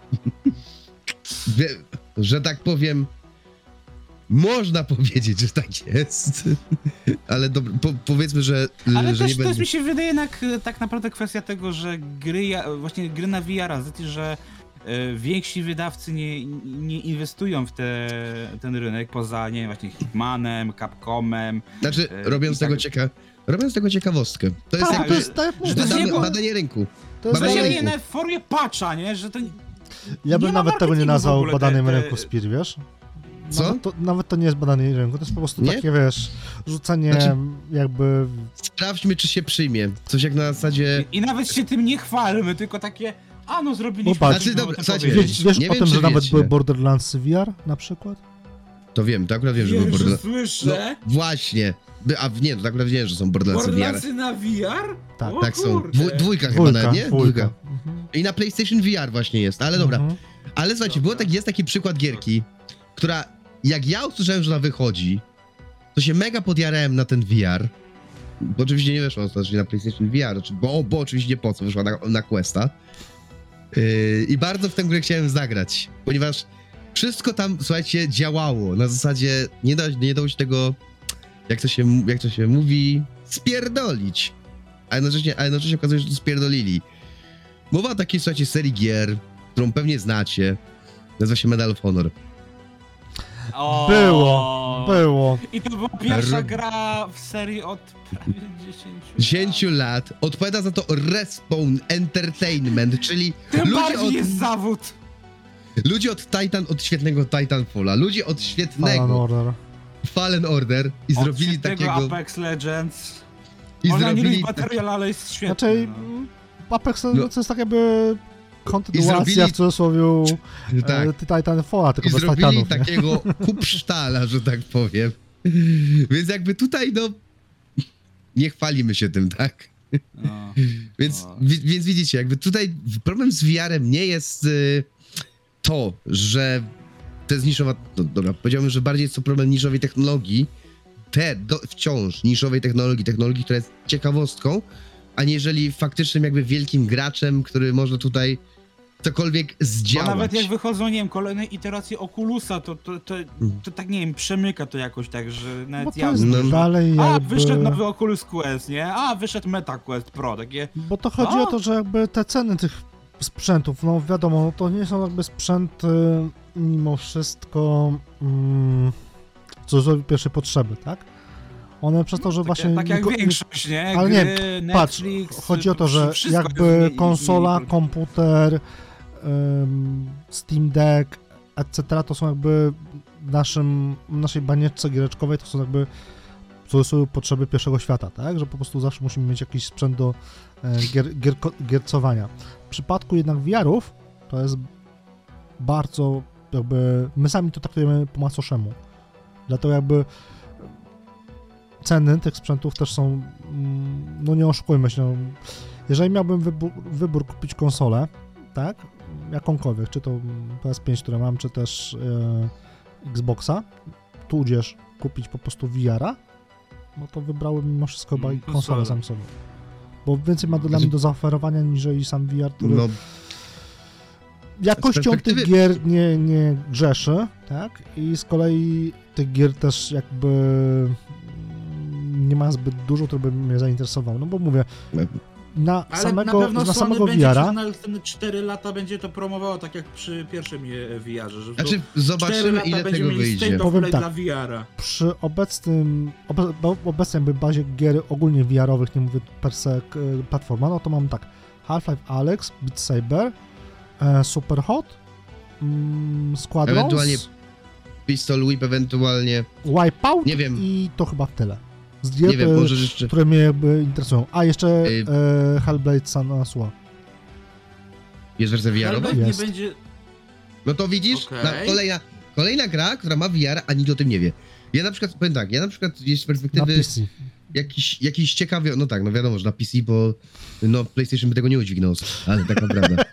że tak powiem, można powiedzieć, że tak jest, ale dobra, powiedzmy, że Ale że też nie to jest, będzie... mi się wydaje jednak tak naprawdę kwestia tego, że właśnie gry na VR-a, z racji, że więksi wydawcy nie inwestują w ten rynek, poza, nie wiem, właśnie Hitmanem, Capcomem. Znaczy, robiąc i tak- tego ciekawostkę. To jest Tak, jak to jest, tak jak że mówię, to jest badanie, jego- badanie rynku. to jest badanie Właśnie rynku. w formie patcha, nie? Że to ja bym nie ma nawet tego nie marketingu w nazwał ogóle, badaniem te- rynku Spear, wiesz? Co? Nawet to nie jest badanie rynku, to jest po prostu Nie? takie, wiesz, rzucanie Znaczy- jakby... Sprawdźmy, czy się przyjmie. Coś jak na zasadzie... I nawet się tym nie chwalmy, tylko takie, no zrobiliśmy. Popatrz. coś, Znaczy, żeby dobra, to słuchajcie, powiedzieć. Wiesz nie o wiem, tym, czy że nawet wiecie. były Borderlands VR na przykład? To wiem, to akurat wiem, że był Pierwsze Borderlands. słyszę. No, właśnie. Nie, to akurat wiem, że są Borderlandsy VR. Borderlandsy na VR? Tak. O Tak są. kurde. Dwójka chyba nawet, nie? Dwójka. Mhm. I na PlayStation VR właśnie jest, ale dobra. Mhm. Ale słuchajcie, jest taki przykład gierki, która jak ja usłyszałem, że ona wychodzi, to się mega podjarałem na ten VR. Bo oczywiście nie wyszła ostatecznie na PlayStation VR, bo oczywiście nie po co, wyszła na Questa. I bardzo w tę grę chciałem zagrać, ponieważ wszystko tam, słuchajcie, działało. Na zasadzie nie dało się tego, jak to się mówi, spierdolić. A jednocześnie okazuje się, że to spierdolili. Mowa o takiej, słuchajcie, serii gier, którą pewnie znacie. Nazywa się Medal of Honor. O, Było. I to była pierwsza R- gra w serii od prawie 10 10 lat. Odpowiada za to Respawn Entertainment, czyli Tym ludzie bardziej od... jest zawód. Ludzie od świetnego Titanfalla, ludzie od Fallen świetnego Order. Fallen Order i Od zrobili świetnego takiego... Apex Legends. I Można nie lubić zrobili, materiał, ale jest świetny. Znaczy, no. Apex to No. jest tak jakby kontynuacja zrobili- w cudzysłowie tak, Titanfalla, tylko i bez zrobili Titanów. nie? takiego kupsztala, że tak powiem. Więc jakby tutaj, no... Nie chwalimy się tym, tak? No. Więc, O. więc widzicie, jakby tutaj problem z VR-em nie jest to, że to jest niszowa... No, dobra, powiedziałbym, że bardziej jest to problem niszowej technologii, wciąż niszowej technologii, która jest ciekawostką, aniżeli faktycznym jakby wielkim graczem, który może tutaj cokolwiek Bo zdziałać. nawet jak wychodzą, nie wiem, kolejne iteracje Oculusa, to tak, nie wiem, przemyka to jakoś tak, że Bo nawet to ja... jest No. dalej A, jakby... wyszedł nowy Oculus Quest, nie? A, wyszedł Meta Quest Pro, takie... Bo to chodzi A! o to, że jakby te ceny tych sprzętów, no wiadomo, no to nie są jakby sprzęty mimo wszystko w cudzysłowie pierwszej potrzeby, tak? One przez to, że właśnie... Tak jak niko- większość, nie? Ale nie, Gry, patrz, Netflix, chodzi o to, że wszystko jakby jest konsola, i- komputer, Steam Deck, etc. to są jakby w naszej banieczce giereczkowej, to są jakby w cudzysłowie potrzeby pierwszego świata, tak? Że po prostu zawsze musimy mieć jakiś sprzęt do giercowania. W przypadku jednak VR-ów to jest bardzo jakby, my sami to traktujemy po macoszemu. Dlatego jakby ceny tych sprzętów też są, no nie oszukujmy się, no, jeżeli miałbym wybór kupić konsolę, tak, jakąkolwiek, czy to PS5, które mam, czy też Xboxa, tudzież kupić po prostu VR-a, no to wybrałem mimo wszystko chyba konsolę konsolę. Samsungu. Bo więcej ma dla mnie do zaoferowania niżeli sam VR, który No, jakością z perspektywy- tych gier nie grzeszy, tak? I z kolei tych gier też jakby nie ma zbyt dużo, które by mnie zainteresowało. No bo mówię, na Ale na samego pewno będzie VR-a, przez następne 4 lata będzie to promowało, tak jak przy pierwszym VR-ze, że znaczy, 4 zobaczymy, lata ile będziemy tego mieli wyjdzie. state of Powiem play tak. dla VR-a. przy obecnej jakby bazie gier ogólnie VR-owych, nie mówię per se platforma, no to mam tak, Half-Life Alyx, Beat Saber, Superhot, Squadrons, Ewentualnie Pistol Whip, ewentualnie, Wipeout nie wiem. i to chyba tyle. Z gier, nie wiem, może jeszcze... które mnie jakby interesują. A jeszcze Y- Hellblade Sanasua. Jest wersja VR-owa? Hellblade nie Jest. będzie... No to widzisz, Okej. kolejna gra, która ma VR, a nikt o tym nie wie. Ja na przykład, powiem tak, jest z Na perspektywy PC. jakiś ciekawy, no tak, no wiadomo, że na PC, bo no PlayStation by tego nie udźwignął, ale tak naprawdę.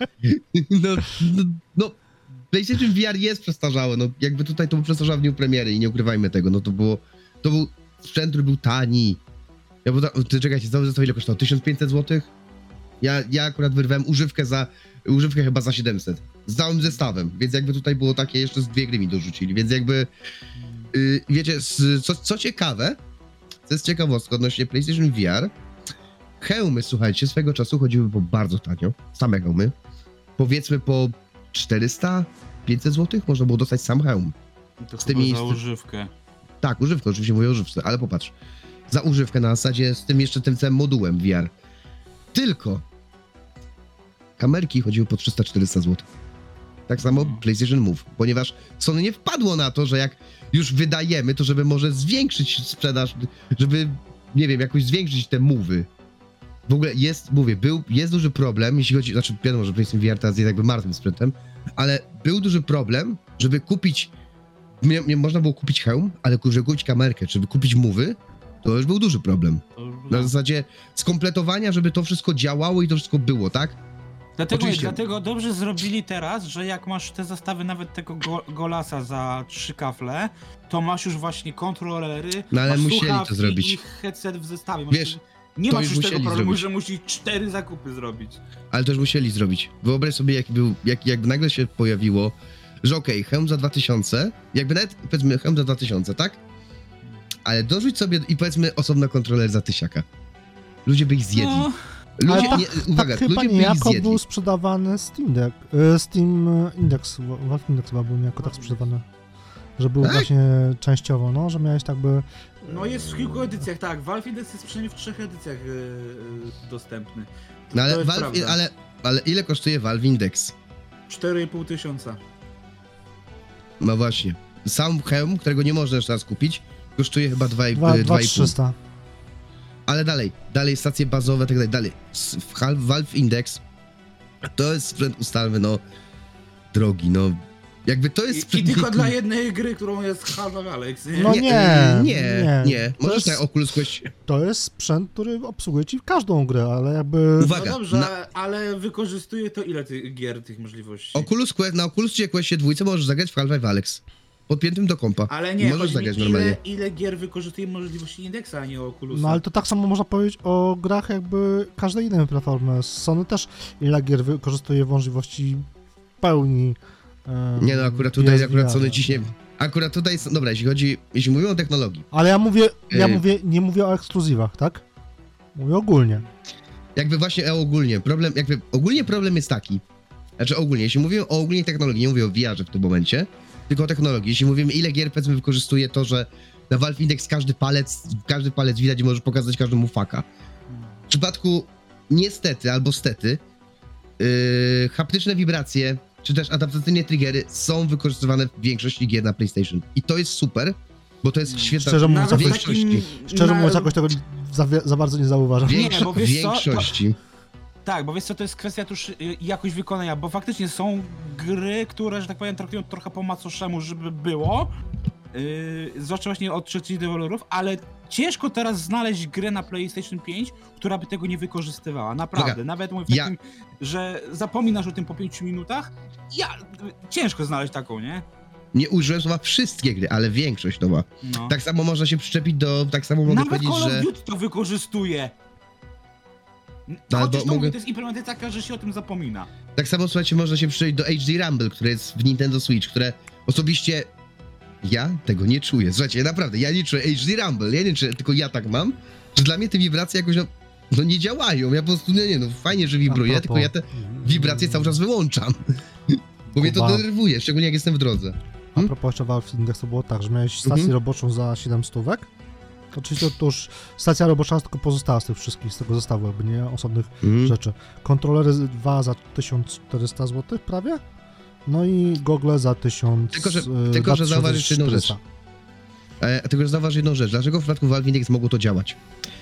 no, PlayStation VR jest przestarzałe, no jakby tutaj to był przestarzałe w dniu premiery i nie ukrywajmy tego, no to był sprzęt, który był tani. Czekajcie, cały zestaw ile kosztował? 1500 zł? Ja akurat wyrwałem używkę chyba za 700. Z całym zestawem, więc jakby tutaj było takie, jeszcze z 2 gry mi dorzucili, więc jakby wiecie, co ciekawe, to jest ciekawostka odnośnie PlayStation VR, hełmy, słuchajcie, swego czasu chodziły po bardzo tanio, same hełmy, powiedzmy po 400-500 zł można było dostać sam hełm. To Z chyba tymi- za używkę. Tak, używkę, oczywiście mówię o używce, ale popatrz, za używkę na zasadzie z tym jeszcze tym całym modułem VR. Tylko kamerki chodziły po 300-400 zł. Tak samo PlayStation Move, ponieważ Sony nie wpadło na to, że jak już wydajemy, to żeby może zwiększyć sprzedaż, żeby, nie wiem, jakoś zwiększyć te move'y. W ogóle jest duży problem, jeśli chodzi, znaczy wiadomo, że PlayStation VR teraz jest jakby martwym sprzętem, ale był duży problem, żeby kupić, nie można było kupić hełm, ale żeby kupić kamerkę, żeby kupić move'y, to już był duży problem. To już Na zasadzie skompletowania, żeby to wszystko działało i to wszystko było, tak? Oczywiście. Dlatego dobrze zrobili teraz, że jak masz te zestawy nawet tego Golasa za 3 kafle, to masz już właśnie kontrolery, No ale masz musieli to słuchawki zrobić. i headset w zestawie. Wiesz, nie to masz już już tego musieli problemu, zrobić. że musisz 4 zakupy zrobić. Ale to już musieli zrobić. Wyobraź sobie, jak nagle się pojawiło, że okej, hełm za 2000, jakby nawet, powiedzmy, hełm za 2000, tak? Ale dorzuć sobie i powiedzmy osobno kontroler za 1000. Ludzie by ich zjedli. No, Ludzie, Ale nie, uwaga, tak chyba ludzie by ich niejako zjedli. był sprzedawany Steam Deck, Steam Index, Valve Index chyba był niejako tak sprzedawany, że był Tak? właśnie częściowo, no, że miałeś tak by... no jest w kilku edycjach, tak. Valve Index jest przynajmniej w 3 edycjach dostępny. No To ale, jest Valve, prawda. ale ile kosztuje Valve Index? 4,5 tysiąca. No właśnie. Sam hełm, którego nie można już teraz kupić, kosztuje chyba 2,5. 2300. Ale dalej stacje bazowe, tak dalej. Valve Index to jest sprzęt ustalmy, no, drogi, no. Jakby to jest I sprzęt... tylko dla jednej gry, którą jest Half-Life Alyx, nie? No nie. To Możesz jest- na Oculus Quest... To jest sprzęt, który obsługuje ci każdą grę, ale jakby... Uwaga, No dobrze, na- ale wykorzystuje to ile tych gier, tych możliwości? na Oculus Questie 2 możesz zagrać w Half-Life Alyx. Podpiętym do kompa. Ale nie, możesz chodzi zagrać mi, normalnie. ile gier wykorzystuje możliwości indeksa, a nie Oculusa. No ale to tak samo można powiedzieć o grach jakby każdej innej platformy. Sony też ile gier wykorzystuje możliwości pełni. Nie no, akurat tutaj, PSVR. Sony ciśnie... Akurat tutaj, dobra, jeśli mówimy o technologii, Ale ja Ej. mówię, nie mówię o ekskluzywach, tak? Mówię ogólnie. jakby właśnie ogólnie problem jest taki, znaczy ogólnie, jeśli mówimy o ogólnej technologii, nie mówię o VR-ze w tym momencie, tylko o technologii, jeśli mówimy ile gier powiedzmy wykorzystuje to, że na Valve Index każdy palec widać i możesz pokazać każdemu faka. W przypadku niestety albo stety haptyczne wibracje, czy też adaptacyjne triggery są wykorzystywane w większości gier na PlayStation. I to jest super, bo to jest świetna... Szczerze mówiąc, w Nawet jakoś- większości. Szczerze mówiąc, jakoś tego za bardzo nie zauważam. Nie, bo W wiesz co, większości. Tak, bo wiesz co, to jest kwestia też jakość wykonania, bo faktycznie są gry, które, że tak powiem, traktują trochę po macoszemu, żeby było, zwłaszcza właśnie od trzecich deweloperów, ale ciężko teraz znaleźć grę na PlayStation 5, która by tego nie wykorzystywała, naprawdę. Uwaga, Nawet mówię w ja- takim, że zapominasz o tym po 5 minutach, ciężko znaleźć taką, nie? Nie użyłem słowa wszystkie gry, ale większość to ma. No. Tak samo można się przyczepić tak samo mogę Nawet powiedzieć, Call of że... Duty to wykorzystuje. albo Chociaż to mogę- mówię, to jest implementacja taka, że się o tym zapomina. Tak samo, słuchajcie, można się przejść do HD Rumble, które jest w Nintendo Switch, które osobiście ja tego nie czuję. Słuchajcie, naprawdę, ja nie czuję HD Rumble, ja nie czuję, tylko ja tak mam, że dla mnie te wibracje jakoś, no nie działają. Ja po prostu, no fajnie, że wibruje, A tylko propos- ja te wibracje cały czas wyłączam. Bo mnie to Kuba. denerwuje, szczególnie jak jestem w drodze. A propos jeszcze Valve Index, to było tak, że miałeś stację roboczą za 700. Oczywiście to już stacja robocza tylko pozostała z tych wszystkich, z tego zestawu, jakby nie osobnych rzeczy. Kontrolery 2 za 1400 zł prawie, no i gogle za 1000 Tylko, że za zauważysz jedną rzecz. 1400. Tylko, że zauważ jedną rzecz. Dlaczego w przypadku Valve Index mogło to działać?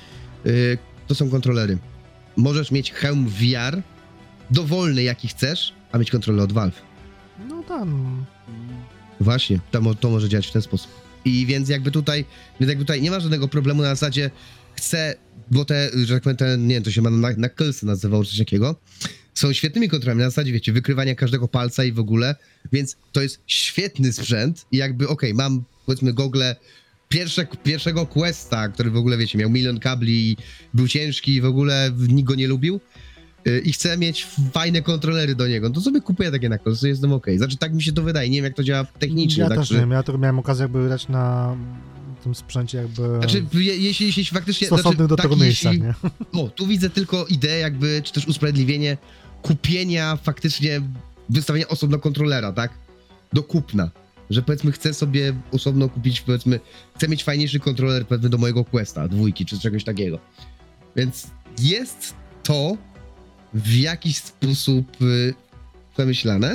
To są kontrolery. Możesz mieć hełm VR, dowolny jaki chcesz, a mieć kontrolę od Valve. No tam. Właśnie, to może działać w ten sposób. I więc jakby tutaj nie ma żadnego problemu na zasadzie chcę, bo te, że tak powiem, nie wiem, to się ma na kelsy nazywało, czy coś takiego, są świetnymi kontrolami, na zasadzie, wiecie, wykrywania każdego palca i w ogóle, więc to jest świetny sprzęt i jakby, okej, mam, powiedzmy, gogle pierwszego Questa, który w ogóle, wiecie, miał 1 000 000 kabli i był ciężki i w ogóle nikt go nie lubił, i chcę mieć fajne kontrolery do niego, to sobie kupuję takie na konsol, jestem okej. Znaczy, tak mi się to wydaje, nie wiem jak to działa technicznie. Ja tak, też nie wiem, ja tylko miałem okazję jakby grać na tym sprzęcie jakby Znaczy, jeśli faktycznie... stosownych do tego miejsca, jeśli, nie? O, tu widzę tylko ideę jakby, czy też usprawiedliwienie kupienia faktycznie, wystawienia osobno kontrolera, tak? Do kupna. Że powiedzmy chcę sobie osobno kupić, powiedzmy, chcę mieć fajniejszy kontroler powiedzmy do mojego Questa, 2 czy czegoś takiego. Więc jest to w jakiś sposób przemyślane,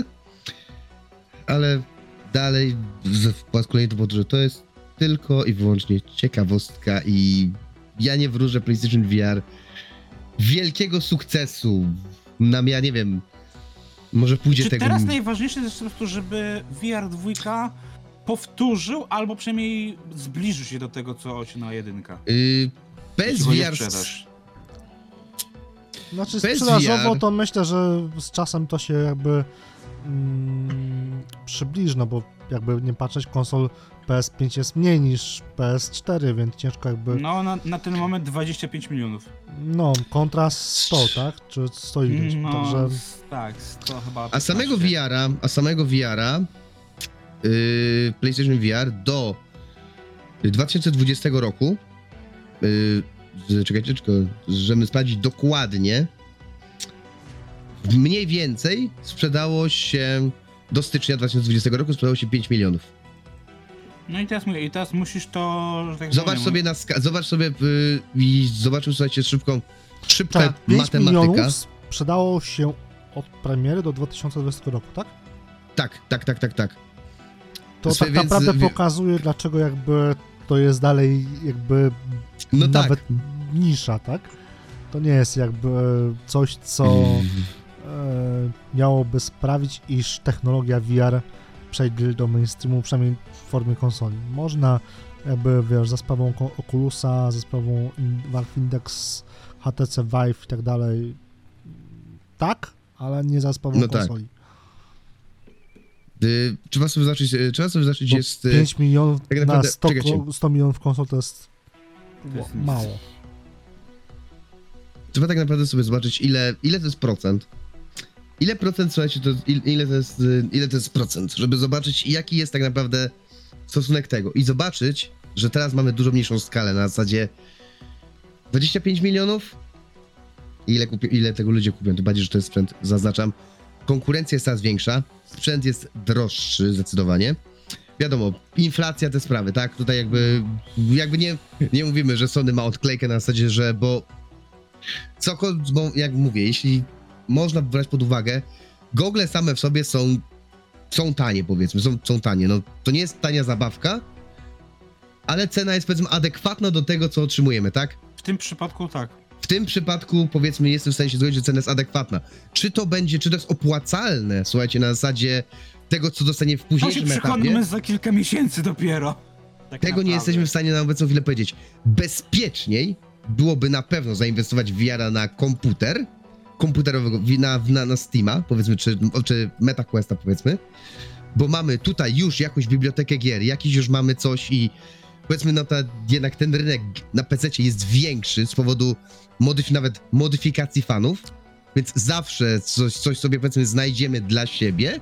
ale dalej po raz kolejny to powtórzę, że to jest tylko i wyłącznie ciekawostka i ja nie wróżę PlayStation VR wielkiego sukcesu. Ja nie wiem, może pójdzie Czy tego... teraz najważniejsze jest po prostu, żeby VR 2 powtórzył, albo przynajmniej zbliżył się do tego, co się na jedynka. PSVR... Znaczy bez sprzedażowo VR. to myślę, że z czasem to się jakby przybliży, no bo jakby nie patrzeć, konsol PS5 jest mniej niż PS4, więc ciężko jakby... No, na ten moment 25 milionów. No, kontra 100, tak? Czy 100 ileś, No, także... tak, to chyba... A samego VR-a PlayStation VR do 2020 roku czekajcie, żeby sprawdzić dokładnie, mniej więcej sprzedało się do stycznia 2020 roku sprzedało się 5 milionów. No i teraz mówię, i teraz musisz to... Że tak Zobacz powiem, sobie zobacz sobie i zobaczymy, słuchajcie, szybka Czekaj, 5 matematyka. milionów sprzedało się od premiery do 2020 roku, tak? Tak. To tak Więc- naprawdę pokazuje, dlaczego jakby to jest dalej jakby No nawet tak. nisza, tak? To nie jest jakby coś, co miałoby sprawić, iż technologia VR przejdzie do mainstreamu, przynajmniej w formie konsoli. Można jakby, wiesz, za sprawą Oculusa, za sprawą Valve Index, HTC Vive i tak dalej, tak, ale nie za sprawą No tak. konsoli. Trzeba sobie zacząć Bo jest... 5 milionów tak na naprawdę- 100, czekajcie. 100 milionów konsol to jest To jest nic. mało. Trzeba tak naprawdę sobie zobaczyć, ile to jest procent. Ile procent, słuchajcie, ile to jest procent, żeby zobaczyć, jaki jest tak naprawdę stosunek tego. I zobaczyć, że teraz mamy dużo mniejszą skalę, na zasadzie 25 milionów. I ile tego ludzie kupią, tym bardziej, że to jest sprzęt, zaznaczam. Konkurencja jest coraz większa, sprzęt jest droższy zdecydowanie. Wiadomo, inflacja, te sprawy, tak? Tutaj jakby nie mówimy, że Sony ma odklejkę na zasadzie, że bo jak mówię, jeśli można brać pod uwagę, gogle same w sobie są tanie, powiedzmy, są tanie. No, to nie jest tania zabawka, ale cena jest, powiedzmy, adekwatna do tego, co otrzymujemy, tak? W tym przypadku tak. W tym przypadku, powiedzmy, jestem w stanie się zgodzić, że cena jest adekwatna. Czy to jest opłacalne, słuchajcie, na zasadzie tego, co dostanie w To się późniejszym etapie? przekonamy za kilka miesięcy dopiero. Tak Tego nie naprawdę. jesteśmy w stanie na obecną chwilę powiedzieć. Bezpieczniej byłoby na pewno zainwestować w VR na komputerowego, na Steama, powiedzmy, czy MetaQuesta, powiedzmy, bo mamy tutaj już jakąś bibliotekę gier, jakiś już mamy coś i powiedzmy, no to jednak ten rynek na PC jest większy z powodu nawet modyfikacji fanów, więc zawsze coś sobie, powiedzmy, znajdziemy dla siebie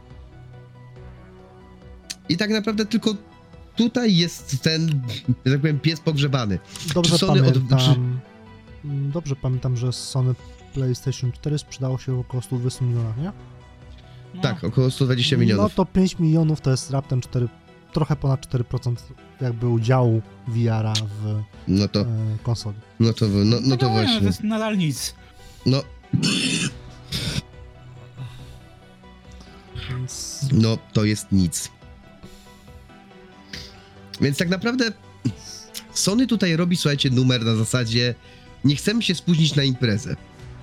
i tak naprawdę tylko tutaj jest ten, że tak powiem, pies pogrzebany. Dobrze Czy Sony dobrze pamiętam, że Sony PlayStation 4 sprzedało się w około 120 milionach, nie? No. Tak, około 120 No milionów. to 5 milionów to jest raptem trochę ponad 4% jakby udziału VR-a w No to, konsoli. no to To właśnie. jest nadal nic. No, Więc no to jest nic. Więc tak naprawdę Sony tutaj robi, słuchajcie, numer na zasadzie nie chcemy się spóźnić na imprezę.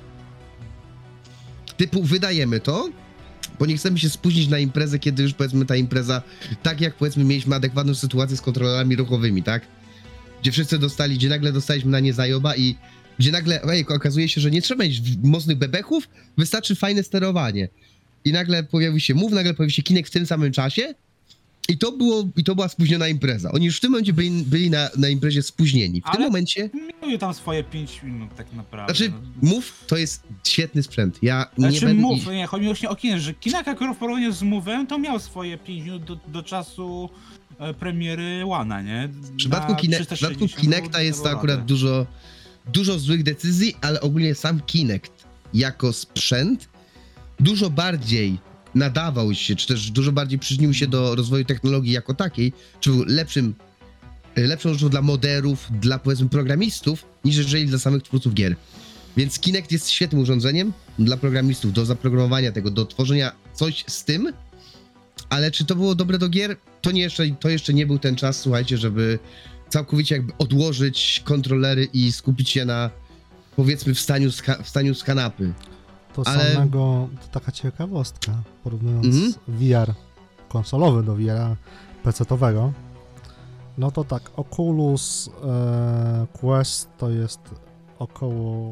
Typu wydajemy to, bo nie chcemy się spóźnić na imprezę, kiedy już, powiedzmy, ta impreza, tak jak, powiedzmy, mieliśmy adekwatną sytuację z kontrolerami ruchowymi, tak? Gdzie nagle dostaliśmy na nie zajoba i gdzie nagle, okazuje się, że nie trzeba mieć mocnych bebechów, wystarczy fajne sterowanie. I nagle pojawił się Move, nagle pojawił się Kinect w tym samym czasie i to była spóźniona impreza. Oni już w tym momencie byli na imprezie spóźnieni. W tym Ale- momencie, Miały tam swoje 5 minut tak naprawdę. znaczy Move to jest świetny sprzęt. Ja nie Znaczy będę... Move, nie, chodzi mi właśnie o Kinect, że Kinect akurat w porównaniu z Move'em to miał swoje 5 minut do czasu premiery One'a, nie? W przypadku Kinecta jest to akurat dużo złych decyzji, ale ogólnie sam Kinect jako sprzęt dużo bardziej nadawał się, czy też dużo bardziej przyczynił się do rozwoju technologii jako takiej, czy był lepszą rzeczą dla moderów, dla, powiedzmy, programistów, niż jeżeli dla samych twórców gier. Więc Kinect jest świetnym urządzeniem dla programistów, do zaprogramowania tego, do tworzenia coś z tym, ale czy to było dobre do gier? To jeszcze nie był ten czas, słuchajcie, żeby całkowicie jakby odłożyć kontrolery i skupić się na, powiedzmy, wstaniu z kanapy. to ale- to taka ciekawostka, porównując VR konsolowy do VR PC-owego, no to tak, Oculus Quest to jest około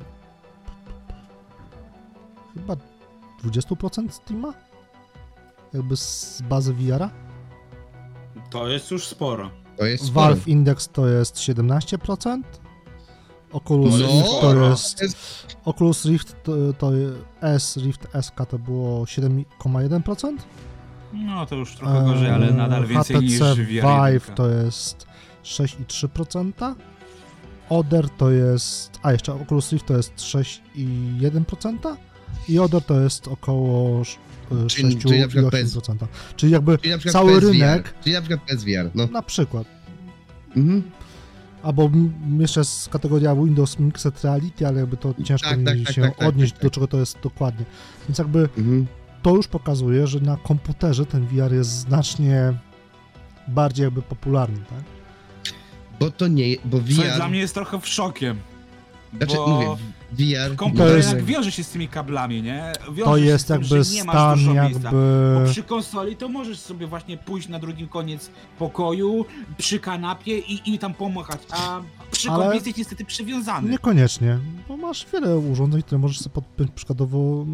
chyba 20% Steama? Jakby z bazy VR-a? To jest już sporo. To jest sporo. Valve Index to jest 17%. Oculus No, Rift to sporo. jest... Oculus Rift Rift SK to było 7,1%. No to już trochę gorzej, ale nadal więcej niż HTC VR Vive 1. to jest 6,3%. Other to jest... A, jeszcze Oculus Rift to jest 6,1%. I Other to jest około Czyli na przykład 6,8%. Czyli jakby Czyli na przykład cały PSVR. rynek... Czyli na przykład PSVR, no. Na przykład. Mhm. Albo jeszcze jest kategoria Windows Mixed Reality, ale jakby to ciężko Tak, mi tak, się tak, tak, odnieść tak, do tak. czego to jest dokładnie. Więc jakby Mhm. to już pokazuje, że na komputerze ten VR jest znacznie bardziej jakby popularny, tak? Bo to nie, bo Co VR... dla mnie jest trochę w szokiem. Znaczy, bo mówię, VR... Komputer To jest- jednak wiąże się z tymi kablami, nie? Wiąże To się jest z tym, jakby że nie masz stan dużo jakby... miejsca. Bo przy konsoli to możesz sobie właśnie pójść na drugi koniec pokoju, przy kanapie i tam pomachać, a przy Ale- kompie jesteś niestety przywiązany. Niekoniecznie, bo masz wiele urządzeń, które możesz sobie podpiąć przykładowo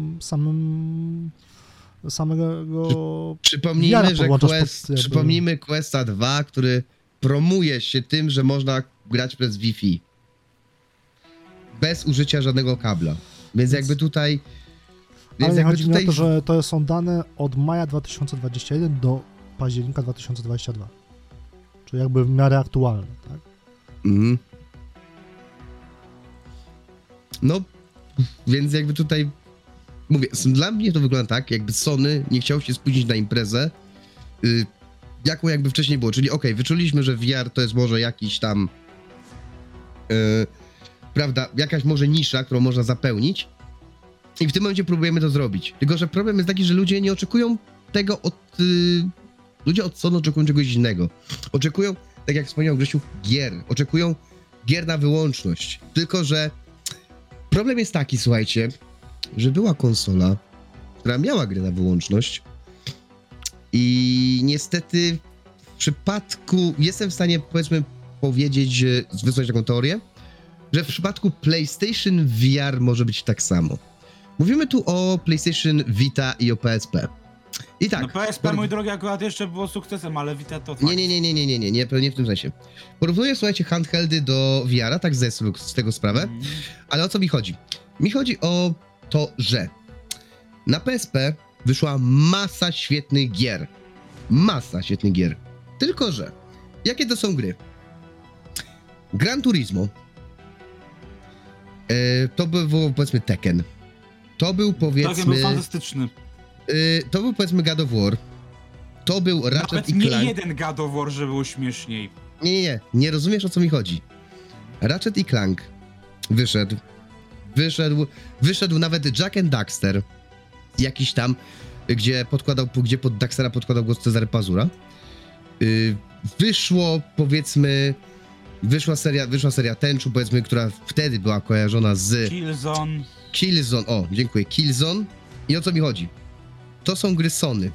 samego Przypomnijmy, VR-a że podłączasz Quest, pod jakby- przypomnijmy Questa 2, który promuje się tym, że można grać przez Wi-Fi. Bez użycia żadnego kabla. Więc jakby tutaj... Ale nie jakby chodzi mi o to, że to są dane od maja 2021 do października 2022. Czyli jakby w miarę aktualne, tak? Mhm. No, więc jakby tutaj... Mówię, dla mnie to wygląda tak, jakby Sony nie chciał się spóźnić na imprezę, jaką jakby wcześniej było. Czyli okej, wyczuliśmy, że VR to jest może jakiś tam... prawda, jakaś może nisza, którą można zapełnić i w tym momencie próbujemy to zrobić. Tylko że problem jest taki, że ludzie nie oczekują tego od... ludzie od Sony oczekują czegoś innego. Oczekują, tak jak wspomniał Grzesiu, gier. Oczekują gier na wyłączność. Tylko że problem jest taki, słuchajcie, że była konsola, która miała grę na wyłączność i niestety w przypadku... Jestem w stanie, powiedzmy, powiedzieć, wysłać taką teorię, że w przypadku PlayStation VR może być tak samo. Mówimy tu o PlayStation Vita i o PSP. I tak... No PSP, mój drogi, akurat jeszcze było sukcesem, ale Vita to fakt. Nie w tym sensie. Porównuję, słuchajcie, handheldy do VR-a, tak z tego sprawę, ale o co mi chodzi? Mi chodzi o to, że na PSP wyszła masa świetnych gier. Masa świetnych gier. Tylko że, jakie to są gry? Gran Turismo. To był, powiedzmy, Tekken. To był, Tekken powiedzmy... był fantastyczny. To był, powiedzmy, God of War. To był Ratchet Nawet i nie Clank. jeden God of War, żeby było śmieszniej. Nie rozumiesz, o co mi chodzi. Ratchet i Clank wyszedł nawet Jak and Daxter, jakiś tam, gdzie pod Daxtera podkładał głos Cezary Pazura. Wyszło, powiedzmy, wyszła seria Tenchu, powiedzmy, która wtedy była kojarzona z Killzone. O, dziękuję, Killzone. I o co mi chodzi? To są gry Sony.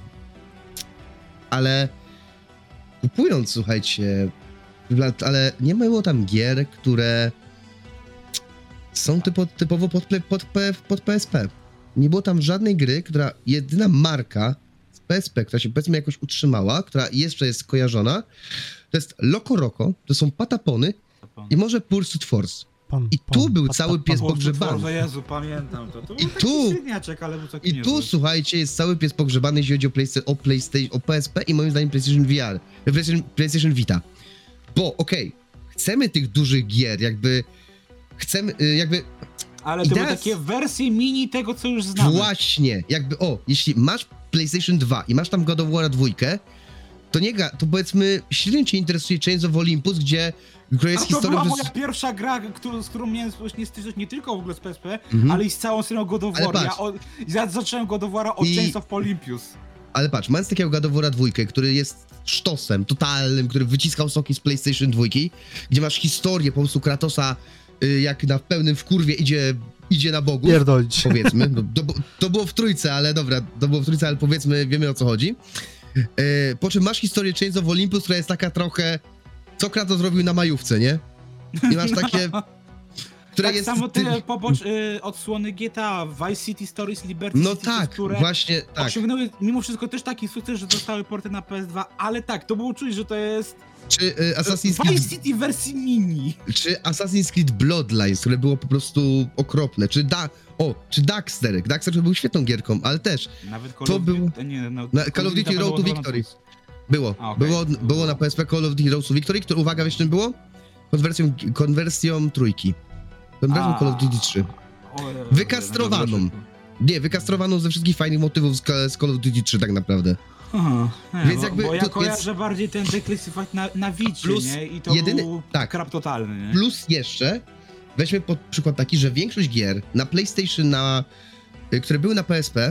Ale kupując, słuchajcie, ale nie było tam gier, które są typowo pod PSP. Nie było tam żadnej gry, która jedyna marka z PSP, która się, powiedzmy, jakoś utrzymała, która jeszcze jest kojarzona, to jest Loco Roco, to są Patapony i może Pursuit Force. I tu był cały pies pogrzebany. O Jezu, pamiętam to. To I był tu- taki średniaczek, ale był taki I tu, niezły. słuchajcie, jest cały pies pogrzebany, jeśli chodzi o PSP i moim zdaniem PlayStation VR, PlayStation Vita. Bo, chcemy tych dużych gier, chcemy, Ale to były idea- takie wersje mini tego, co już znamy. właśnie, jeśli masz PlayStation 2 i masz tam God of War 2, to powiedzmy, średnio cię interesuje Chains of Olympus, która jest A to historią... była moja pierwsza gra, z którą miałem właśnie styczność nie tylko w ogóle z PSP, Mhm. ale i z całą serią God of Ale War. patrz. Ja zacząłem God of War'a od I- Chains of Olympus. Ale patrz, mając takiego God of War 2, który jest sztosem totalnym, który wyciskał soki z PlayStation 2, gdzie masz historię po prostu Kratosa, jak na pełnym wkurwie idzie na bogów, Pierdolić. powiedzmy. No, to było w trójce, ale dobra, powiedzmy, wiemy, o co chodzi. Po czym masz historię Chains of Olympus, która jest taka trochę, co Kratos zrobił na majówce, nie? I masz takie... która Tak jest... samo te odsłony GTA, Vice City Stories, Liberty No City, tak, które właśnie, tak. osiągnęły mimo wszystko też taki sukces, że zostały porty na PS2, ale tak, to było czuć, że to jest Czy Assassin's Creed... Vice City w wersji mini. Czy Assassin's Creed Bloodlines, które było po prostu okropne, czy Daxter. Daxter to był świetną gierką, ale też Nawet Call To of było- Duty, nie, no, Call of Duty to Road to było Victory. plus. było. A, okej. Było na PSP Call of Duty Road to Victory, które, uwaga, wiesz czym było? Konwersją trójki. Konwersją A. Call of Duty 3. Wykastrowaną. Nie, wykastrowaną ze wszystkich fajnych motywów z Call of Duty 3 tak naprawdę. Aha, nie, Więc jakby bo ja to kojarzę bardziej ten Declassified na Wicie, Plus nie? I to był krap totalny, nie? Plus jeszcze, weźmy pod przykład taki, że większość gier na PlayStation, które były na PSP,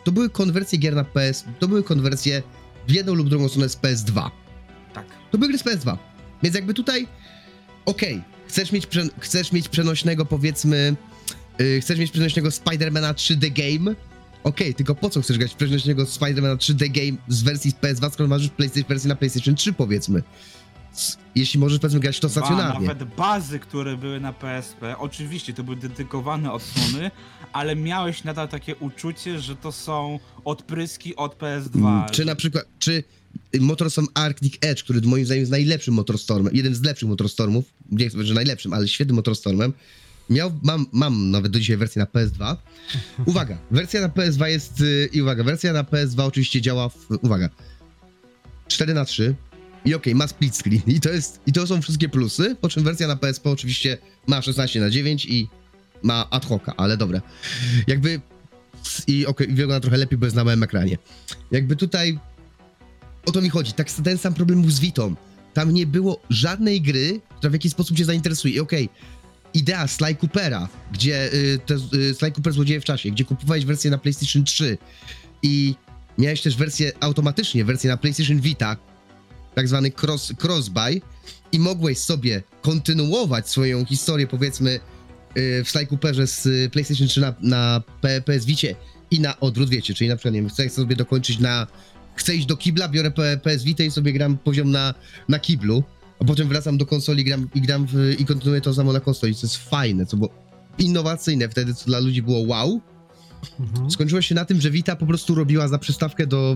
to były konwersje gier na PS, to były konwersje w jedną lub drugą stronę z PS2. Tak. To były gry z PS2. Więc jakby tutaj, okej, chcesz mieć przenośnego, powiedzmy, chcesz mieć przenośnego Spidermana 3D Game, okej, tylko po co chcesz grać w przenośnego Spidermana 3D Game z wersji z PS2, skoro masz wersję na PlayStation 3, powiedzmy. Jeśli możesz, powiedzmy, grać to stacjonarnie. Nawet bazy, które były na PSP, oczywiście to były dedykowane odsłony, ale miałeś nadal takie uczucie, że to są odpryski od PS2. Czy na przykład, czy Motorstorm Arctic Edge, który moim zdaniem jest najlepszym Motorstormem, jeden z lepszych Motorstormów, nie chcę powiedzieć, że najlepszym, ale świetnym Motorstormem, mam nawet do dzisiaj wersję na PS2. Uwaga, wersja na PS2 jest, wersja na PS2 oczywiście działa uwaga, 4:3 i okej, ma split screen i to są wszystkie plusy, po czym wersja na PSP oczywiście ma 16:9 i ma ad hoca, ale dobra. Jakby i wygląda trochę lepiej, bo jest na małym ekranie. Jakby tutaj o to mi chodzi, tak ten sam problem był z Vitą. Tam nie było żadnej gry, która w jakiś sposób cię zainteresuje. I idea Sly Coopera, gdzie Sly Cooper Złodzieje w czasie, gdzie kupowałeś wersję na PlayStation 3 i miałeś też wersję na PlayStation Vita, tak zwany cross-buy i mogłeś sobie kontynuować swoją historię, powiedzmy, w Sly Cooperze z PlayStation 3 na PS Vicie i na odwrót, wiecie, czyli na przykład, nie wiem, chcę sobie dokończyć chcę iść do kibla, biorę PS Vita i sobie gram poziom na kiblu, a potem wracam do konsoli i kontynuuję to samo na konsoli, co jest fajne, co było innowacyjne wtedy, co dla ludzi było wow. Skończyło się na tym, że Vita po prostu robiła za przystawkę do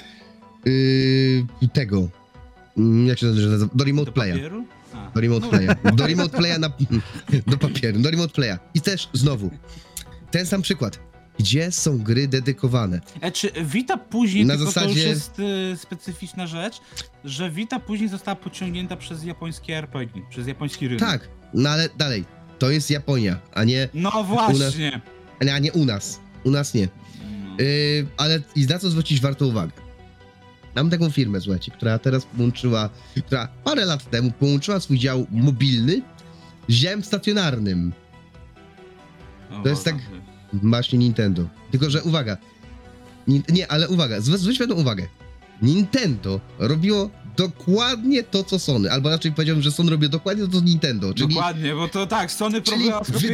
tego, jak się nazywa, do Remote Playa. Papieru? Do Remote Playa. Do Remote Playa do papieru. Do Remote Playa. I też znowu, ten sam przykład. Gdzie są gry dedykowane? Czy Vita później, Na tylko zasadzie... to już jest specyficzna rzecz, że Vita później została pociągnięta przez japońskie RPG, przez japoński rynek. Tak, no ale dalej. To jest Japonia, a nie... No właśnie. A nie u nas. U nas nie. No. Ale i na co zwrócić warto uwagę? Mam taką firmę, słuchajcie, która parę lat temu połączyła swój dział mobilny z działem stacjonarnym. To jest tak... Właśnie Nintendo. Tylko, że uwaga. Ale uwaga, zwróć pewną uwagę. Nintendo robiło dokładnie to, co Sony. Albo raczej powiedziałbym, że Sony robiło dokładnie to, co Nintendo. Czyli, dokładnie, bo to tak, Sony czyli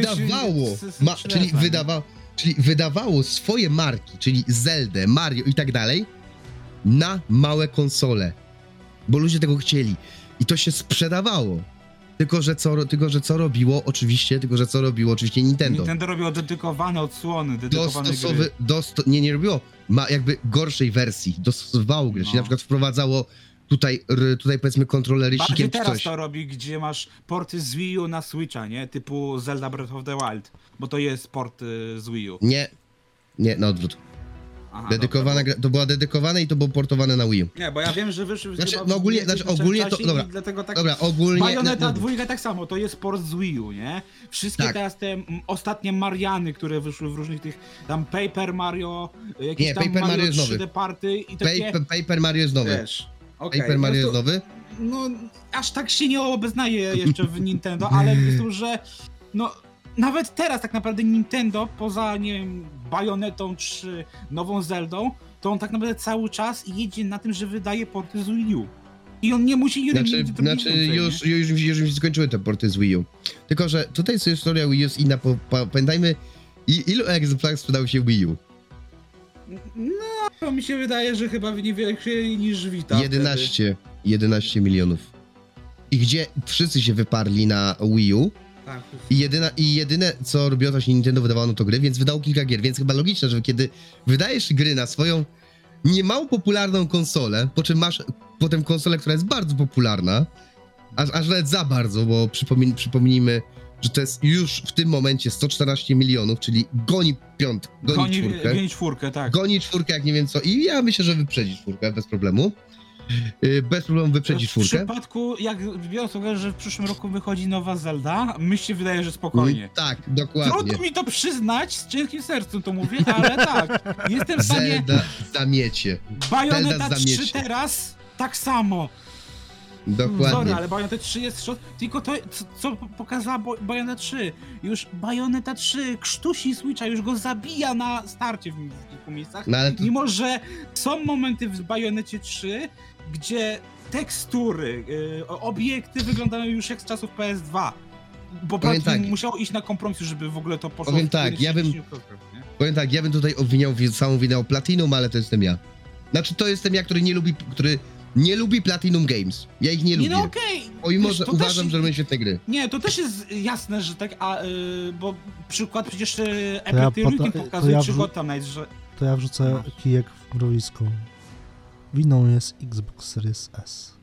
wydawało swoje marki, czyli Zeldę, Mario i tak dalej, na małe konsole. Bo ludzie tego chcieli. I to się sprzedawało. Tylko, że co robiło oczywiście Nintendo. Nintendo robiło dedykowane odsłony, dedykowane gry. Nie robiło jakby gorszej wersji, dostosowało grę, czyli na przykład wprowadzało tutaj powiedzmy kontrolery Bardziej sikiem czy teraz coś. to robi, gdzie masz porty z Wii U na Switcha, nie? Typu Zelda Breath of the Wild, bo to jest port z Wii U. Nie, na odwrót. Aha, Dedykowana gra, to była dedykowane i to było portowane na Wii U. Nie, bo ja wiem, że wyszły ogólnie to, dobra, dlatego tak. Dobra, ogólnie... Bayonetta 2 tak samo, to jest port z Wii U, nie? Wszystkie tak. teraz te ostatnie Mariany, które wyszły w różnych tych, tam Paper Mario, jakieś Nie, tam Paper Mario jest 3D nowy. Party i takie... Paper Mario jest nowy. Wiesz, okay, Paper Mario jest nowy. No, aż tak się nie obeznaję jeszcze w Nintendo, ale jest to, że no, nawet teraz tak naprawdę Nintendo, poza, nie wiem, Bayonettą czy nową Zeldą, to on tak naprawdę cały czas jedzie na tym, że wydaje porty z Wii U. I on nie musi już mi się skończyły te porty z Wii U. Tylko, że tutaj jest historia Wii U jest inna, pamiętajmy, ilu egzemplarów sprzedało się Wii U? No, to mi się wydaje, że chyba nie więcej niż Vita. 11 milionów. I gdzie wszyscy się wyparli na Wii U, tak. I jedyne co robiło, to się Nintendo wydawało, no to gry, więc wydało kilka gier, więc chyba logiczne, że kiedy wydajesz gry na swoją niemało popularną konsolę, po czym masz potem konsolę, która jest bardzo popularna, aż nawet za bardzo, bo przypomnijmy, że to jest już w tym momencie 114 milionów, czyli goni czwórkę. Goni czwórkę, tak. Goni czwórkę, jak nie wiem co, i ja myślę, że wyprzedzi czwórkę bez problemu. Bez problemu wyprzedzi czwórkę. W przypadku, jak biorąc uwagę, że w przyszłym roku wychodzi nowa Zelda, mi się wydaje, że spokojnie. Tak, dokładnie. Trudno mi to przyznać, z ciężkim sercem to mówię, ale tak. Jestem w stanie... Zelda zamiecie. Bayonetta 3 teraz tak samo. Dokładnie. Sorry, ale Bayonetta 3 jest shot, tylko to, co pokazała Bayonetta 3. Już Bayonetta 3 krztusi Switcha, już go zabija na starcie w kilku miejscach. No ale to, Mimo, że są momenty w Bayonecie 3, gdzie tekstury, obiekty wyglądają już jak z czasów PS2. Bo Powiem Platinum tak. musiał iść na kompromis, żeby w ogóle to poszło Powiem w tak, ja bym- 10%, nie? powiem tak, ja bym tutaj obwiniał całą winę o Platinum, ale to jestem ja. Znaczy, to jestem ja, który nie lubi Platinum Games. Ja ich nie lubię. Nie, no okej. Pomimo, Wiesz, że to uważam, też- że robią świetne gry. Nie, to też jest jasne, że tak, bo przykład przecież ja Apple Team poda- pokazuje, to ja czy wrzu- God Night, że... To ja wrzucę kijek w mrowisko. Winą jest Xbox Series S.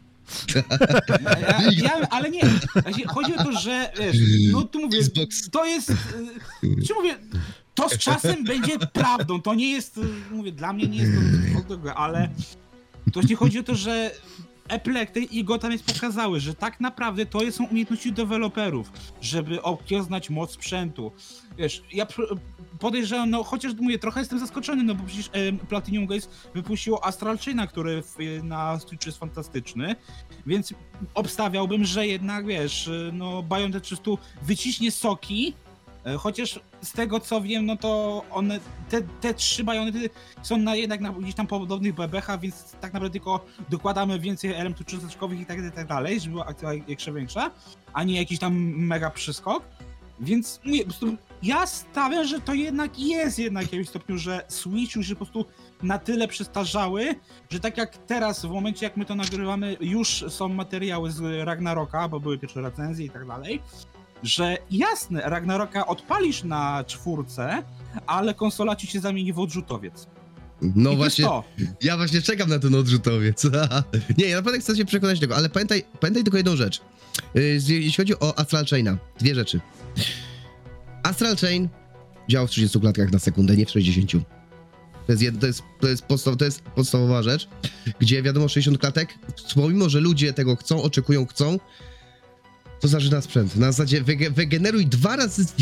Ale nie, chodzi o to, że wiesz, no tu mówię, Xbox. to jest, czy mówię, to z czasem będzie prawdą, to nie jest, mówię, dla mnie nie jest to, ale to nie chodzi o to, że Apple i go tam jest pokazały, że tak naprawdę to są umiejętności deweloperów, żeby okiełznać moc sprzętu. Wiesz, ja podejrzewam, no chociaż mówię, trochę jestem zaskoczony, no bo przecież Platinum Games wypuściło Astral Chaina, który na Switchu jest fantastyczny, więc obstawiałbym, że jednak, wiesz, no Bayonetta 300 wyciśnie soki, chociaż z tego co wiem, no to one, te trzy Bayonety są jednak na gdzieś tam podobnych bebechach, więc tak naprawdę tylko dokładamy więcej elementów cząsteczkowych i tak dalej, żeby była akcja jeszcze większa, a nie jakiś tam mega przyskok. Więc mówię, po prostu ja stawiam, że to jednak jest w jakimś stopniu, że Switch już się po prostu na tyle przestarzały, że tak jak teraz, w momencie jak my to nagrywamy, już są materiały z Ragnaroka, bo były pierwsze recenzje i tak dalej, że jasne, Ragnaroka odpalisz na 4, ale konsola ci się zamieni w odrzutowiec. No I właśnie, to jest to. ja właśnie czekam na ten odrzutowiec. Nie, ja naprawdę chcę się przekonać do tego, ale pamiętaj tylko jedną rzecz. Jeśli chodzi o Astral Chaina, dwie rzeczy. Astral Chain działa w 30 klatkach na sekundę, nie w 60. To jest podstawowa rzecz, gdzie wiadomo 60 klatek, pomimo, że ludzie tego chcą, oczekują, to zaczyna sprzęt. Na zasadzie wygeneruj dwa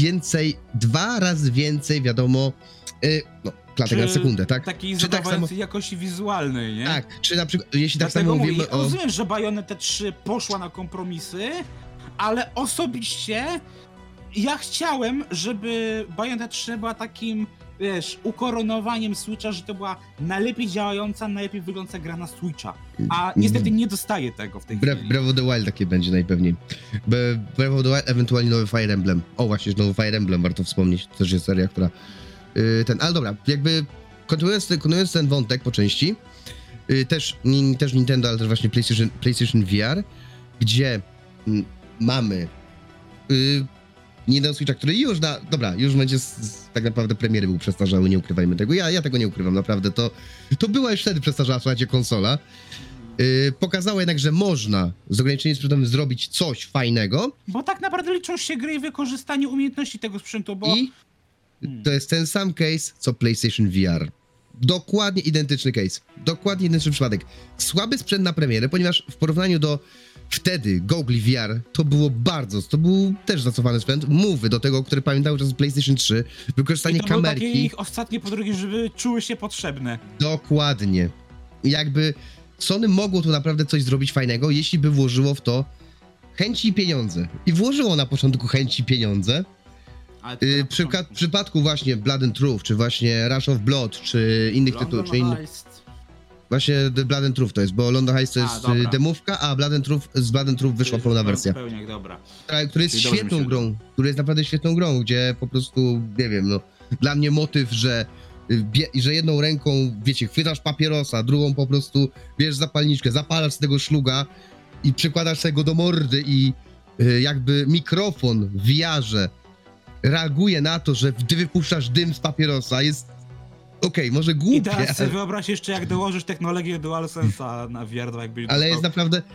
razy więcej, wiadomo, klatek na sekundę, tak? Takiej Czy tak zadowalającej jakości wizualnej, nie? Tak, czy na przykład, jeśli tak Dlatego samo mówię, mówimy ja o... rozumiem, że Bayonetta 3 poszła na kompromisy, ale osobiście ja chciałem, żeby Bayonetta 3 była takim, wiesz, ukoronowaniem Switcha, że to była najlepiej działająca, najlepiej wyglądająca gra na Switcha. A niestety nie dostaję tego w tej chwili. Breath of the Wild takie będzie najpewniej. Breath of the Wild, ewentualnie nowy Fire Emblem. O właśnie, nowy Fire Emblem, warto wspomnieć. To też jest seria, która... Ale dobra, jakby kontynuując ten wątek po części, też Nintendo, ale też właśnie PlayStation VR, gdzie mamy Nintendo Switcha, który już już będzie tak naprawdę premiery był przestarzały, nie ukrywajmy tego. Ja tego nie ukrywam, naprawdę. To była już wtedy przestarzała, słuchajcie, konsola. Pokazało jednak, że można z ograniczeniem sprzętowym zrobić coś fajnego. Bo tak naprawdę liczą się gry i wykorzystanie umiejętności tego sprzętu, bo... I to jest ten sam case, co PlayStation VR. Dokładnie identyczny case. Dokładnie identyczny przypadek. Słaby sprzęt na premierę, ponieważ w porównaniu do wtedy Google VR to był też zacofany sprzęt. Move'y do tego, które pamiętały czas z PlayStation 3, wykorzystanie I to były takie kamerki. ich ostatnie podrógi, żeby czuły się potrzebne. Dokładnie. Jakby Sony mogło tu naprawdę coś zrobić fajnego, jeśli by włożyło w to chęci i pieniądze. I włożyło na początku chęci i pieniądze. Ale W przypadku właśnie Blood and Truth, czy właśnie Rush of Blood, czy innych tytułów, czy innych... Właśnie The Blood and Truth to jest, bo London Heist to jest dobra. demówka, a z Blood and Truth wyszła pełna wersja. Pełniak, dobra. Który jest Czyli dobrze świetną mi się grą, który jest naprawdę świetną grą, gdzie po prostu, nie wiem, no, dla mnie motyw, że jedną ręką, wiecie, chwytasz papierosa, drugą po prostu bierzesz zapalniczkę, zapalasz z tego szluga i przykładasz sobie go do mordy i jakby mikrofon w VR-ze reaguje na to, że gdy wypuszczasz dym z papierosa, jest okej, może głupie, I teraz sobie wyobraź jeszcze, jak dołożysz technologię DualSense'a na VR 2, jakbyś... ale jest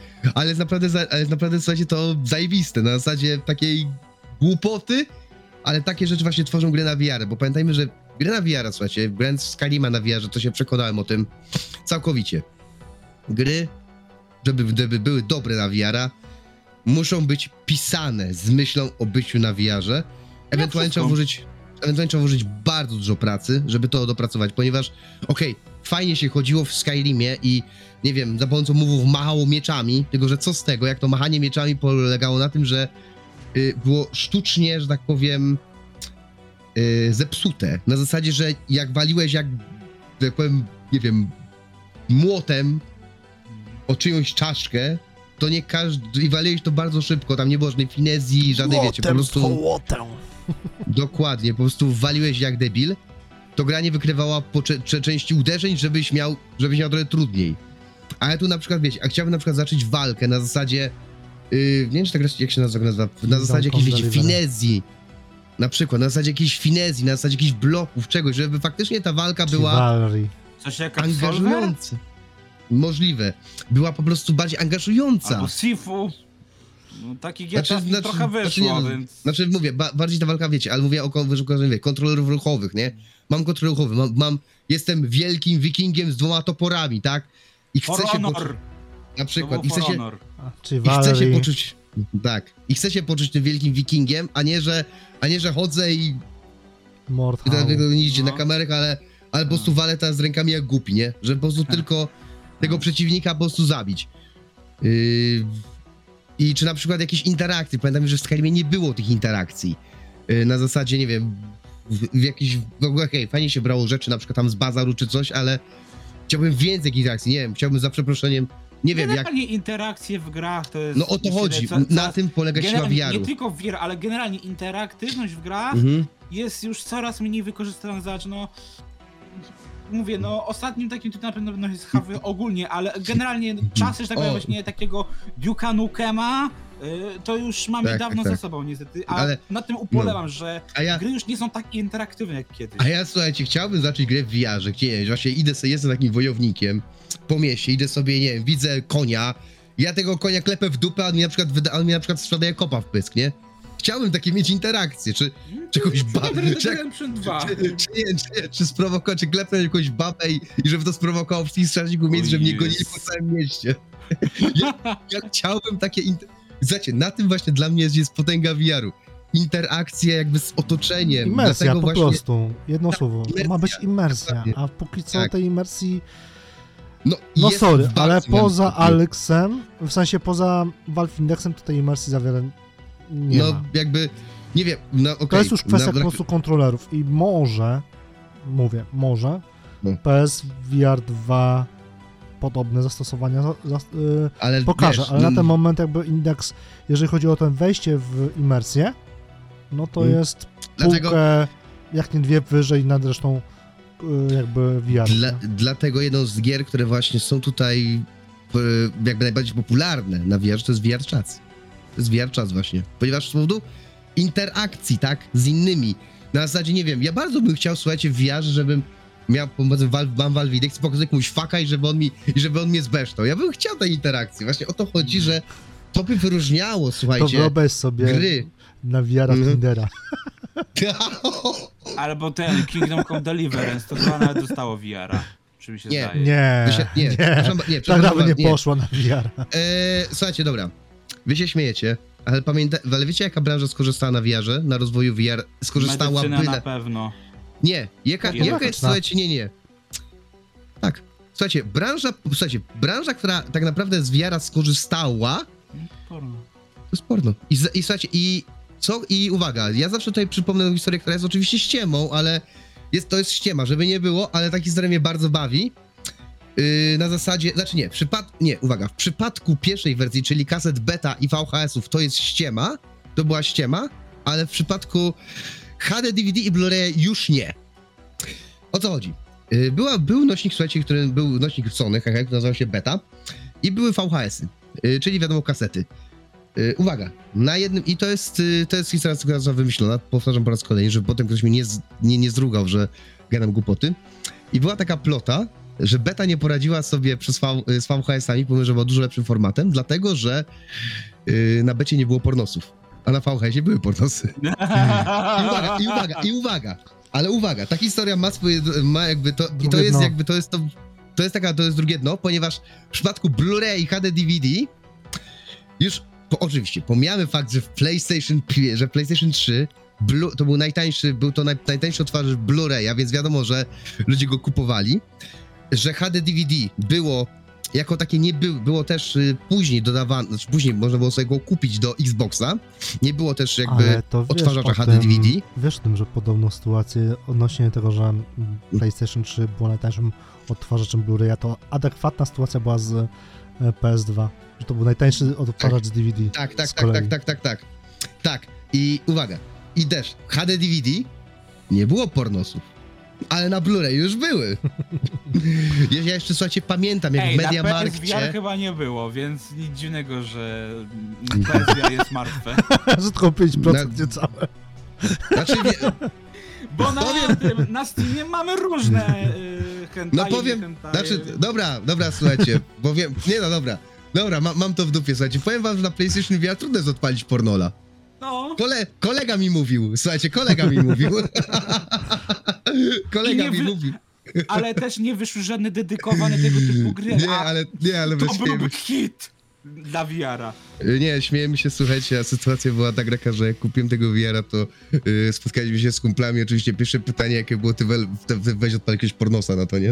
naprawdę, słuchajcie, to zajebiste, na zasadzie takiej głupoty, ale takie rzeczy właśnie tworzą gry na VR, bo pamiętajmy, że gry na VR, słuchajcie, grając w Skyrima na VR, to się przekonałem o tym całkowicie. Gry, żeby były dobre na VR-a, muszą być pisane z myślą o byciu na VR-ze. Ewentualnie trzeba włożyć ewentualnie trzeba włożyć bardzo dużo pracy, żeby to dopracować, ponieważ fajnie się chodziło w Skyrimie i nie wiem, za pomocą mówów machało mieczami, tylko że co z tego, jak to machanie mieczami polegało na tym, że było sztucznie, że tak powiem, zepsute. Na zasadzie, że jak waliłeś jak powiem, nie wiem, młotem o czyjąś czaszkę, to nie każdy... I waliłeś to bardzo szybko, tam nie było żadnej finezji, żadnej, wiecie, po prostu... Dokładnie, po prostu waliłeś jak debil, to gra nie wykrywała po części uderzeń, żebyś miał trochę trudniej. Ale tu na przykład, wiecie, a chciałbym na przykład zacząć walkę na zasadzie... nie wiem, czy tak jak się nazywa, na zasadzie jakiejś, wiecie, finezji. Na przykład, na zasadzie jakiejś finezji, na zasadzie jakichś bloków, czegoś, żeby faktycznie ta walka była Coś jak Absolver? angażująca. Możliwe. Była po prostu bardziej angażująca. Albo Sifu. No, taki GTA trochę wyszło, więc... Znaczy, mówię, bardziej ta walka, wiecie, ale mówię o kontrolerów ruchowych, nie? Mam kontroler ruchowy, jestem wielkim wikingiem z 2 toporami, tak? I chcę się poczuć... Na przykład, i chcę się poczuć... Tak. I chcę się poczuć tym wielkim wikingiem, a nie, że chodzę i... nie idzie na kamerach, ale po prostu walę teraz z rękami jak głupi, nie? Że po prostu tylko tego przeciwnika po prostu zabić. I czy na przykład jakieś interakcje. Pamiętam, że w Skyrimie nie było tych interakcji. Na zasadzie, nie wiem, w jakiś... fajnie się brało rzeczy, na przykład tam z bazaru czy coś, ale chciałbym więcej interakcji, nie wiem, chciałbym za przeproszeniem, nie wiem jak... Generalnie interakcje w grach to jest... No o to chodzi, na tym polega siła VR-u. Nie tylko w VR, ale generalnie interaktywność w grach jest już coraz mniej wykorzystana, mówię, ostatnim takim to na pewno jest HW ogólnie, ale generalnie czasy, że tak powiem, właśnie takiego Duke'a Nukema, to już mamy dawno za sobą niestety, ale na tym ubolewam, że gry już nie są tak interaktywne jak kiedyś. A ja, słuchajcie, chciałbym zacząć grę w VR-ze, gdzie właśnie jestem takim wojownikiem po mieście, idę sobie, nie wiem, widzę konia, ja tego konia klepę w dupę, a on mi na przykład sprzedaje kopa w pysk, nie? Chciałbym takie mieć interakcje, czy jakąś babę, czy sprowokować, czy klepnąć jakąś babę i żeby to sprowokowało wszystkich strażników miejsc, żeby mnie gonili po całym mieście. Ja chciałbym takie... Słuchajcie, na tym właśnie dla mnie jest potęga VR-u. Interakcja jakby z otoczeniem. Imersja po prostu, jedno słowo. To ma być imersja, a póki co tej imersji... No sorry, ale poza Alexem, w sensie poza Valve Indexem, to tej imersji za wiele nie ma. Jakby, nie wiem, to jest już kwestia po prostu kontrolerów i może PSVR 2 podobne zastosowania pokaże, ale na ten moment jakby indeks, jeżeli chodzi o to wejście w imersję, no to jest półkę, jak nie 2 wyżej nad resztą jakby VR. Dlatego jedną z gier, które właśnie są tutaj jakby najbardziej popularne na VR, to jest VR Chat. To jest VR Chat właśnie, ponieważ z powodu interakcji, tak, z innymi. Na zasadzie, nie wiem, ja bardzo bym chciał, słuchajcie, w VR, żebym miał, mam Valve Index, pokazać komuś faka i żeby on mnie zbeształ. Ja bym chciał tej interakcji. Właśnie o to chodzi, że to by wyróżniało, słuchajcie, to wyobraź sobie gry. Na VR Tindera. Albo ten Kingdom Come Deliverance, to chyba nawet dostało VR-a. Czy mi się zdaje? Nie. Ta gra by nie poszła na VR. Słuchajcie, dobra. Wy się śmiejecie, ale wiecie, jaka branża skorzystała na VR-ze, na rozwoju VR? Skorzystała Medycyna na pewno. Nie. Jaka jest, słuchajcie, nie. Tak. Słuchajcie, branża, która tak naprawdę z VR-a skorzystała... Porno. To jest porno. I słuchajcie, i uwaga, ja zawsze tutaj przypomnę tę historię, która jest oczywiście ściemą, ale to jest ściema, żeby nie było, ale ta historia mnie bardzo bawi. Na zasadzie, w przypadku pierwszej wersji, czyli kaset beta i VHS-ów, to jest ściema, to była ściema, ale w przypadku HD, DVD i Blu-ray już nie. O co chodzi? Był nośnik, słuchajcie, był nośnik Sony, który nazywał się beta i były VHS-y, czyli wiadomo kasety. Uwaga, na jednym, i to jest historia, która została wymyślona, powtarzam po raz kolejny, żeby potem ktoś mnie nie zrugał, że gadam głupoty. I była taka plota, że beta nie poradziła sobie z VHS-ami, pomimo że była dużo lepszym formatem, dlatego że na becie nie było pornosów, a na VHS-ie były pornosy. I uwaga, ale uwaga, ta historia ma jakby to, i to jest dno. Jakby to jest drugie dno, ponieważ w przypadku Blu-ray i HD DVD już oczywiście, pomijamy fakt, że PlayStation 3 to był najtańszy odtwarzacz Blu-raya, więc wiadomo, że ludzie go kupowali, że HD DVD było jako takie było też później dodawane, znaczy później można było sobie go kupić do Xboxa, nie było też jakby Ale to wiesz odtwarzacza o HD tym, DVD. Wiesz o tym, że podobną sytuację odnośnie tego, że PlayStation 3 było najtańszym odtwarzaczem Blu-raya, to adekwatna sytuacja była z PS2, że to był najtańszy odtwarzacz z DVD. Tak. I uwaga, i też HD DVD nie było pornosów, ale na Blu-ray już były. Ja jeszcze, słuchajcie, pamiętam, jak w na MediaMarkcie... PSVR chyba nie było, więc nic dziwnego, że PSVR jest martwe. Że tylko 5% niecałe. Znaczy, Bo na Steamie mamy różne hentai. no powiem, znaczy, dobra, słuchajcie, bo wiem, nie no, dobra, mam to w dupie, słuchajcie, powiem wam, że na PlayStation VR trudno jest odpalić pornola. No. Kolega mi mówił, słuchajcie, kolega mi mówił. Mówił. Ale też nie wyszły żadne dedykowane tego typu gry. Nie, ale to byłby hit dla VR-a. Nie, śmiejemy się, słuchajcie, a sytuacja była tak taka, że jak kupiłem tego VR-a, to spotkaliśmy się z kumplami, oczywiście pierwsze pytanie, jakie było, ty weź odpal jakiegoś pornosa na to, nie?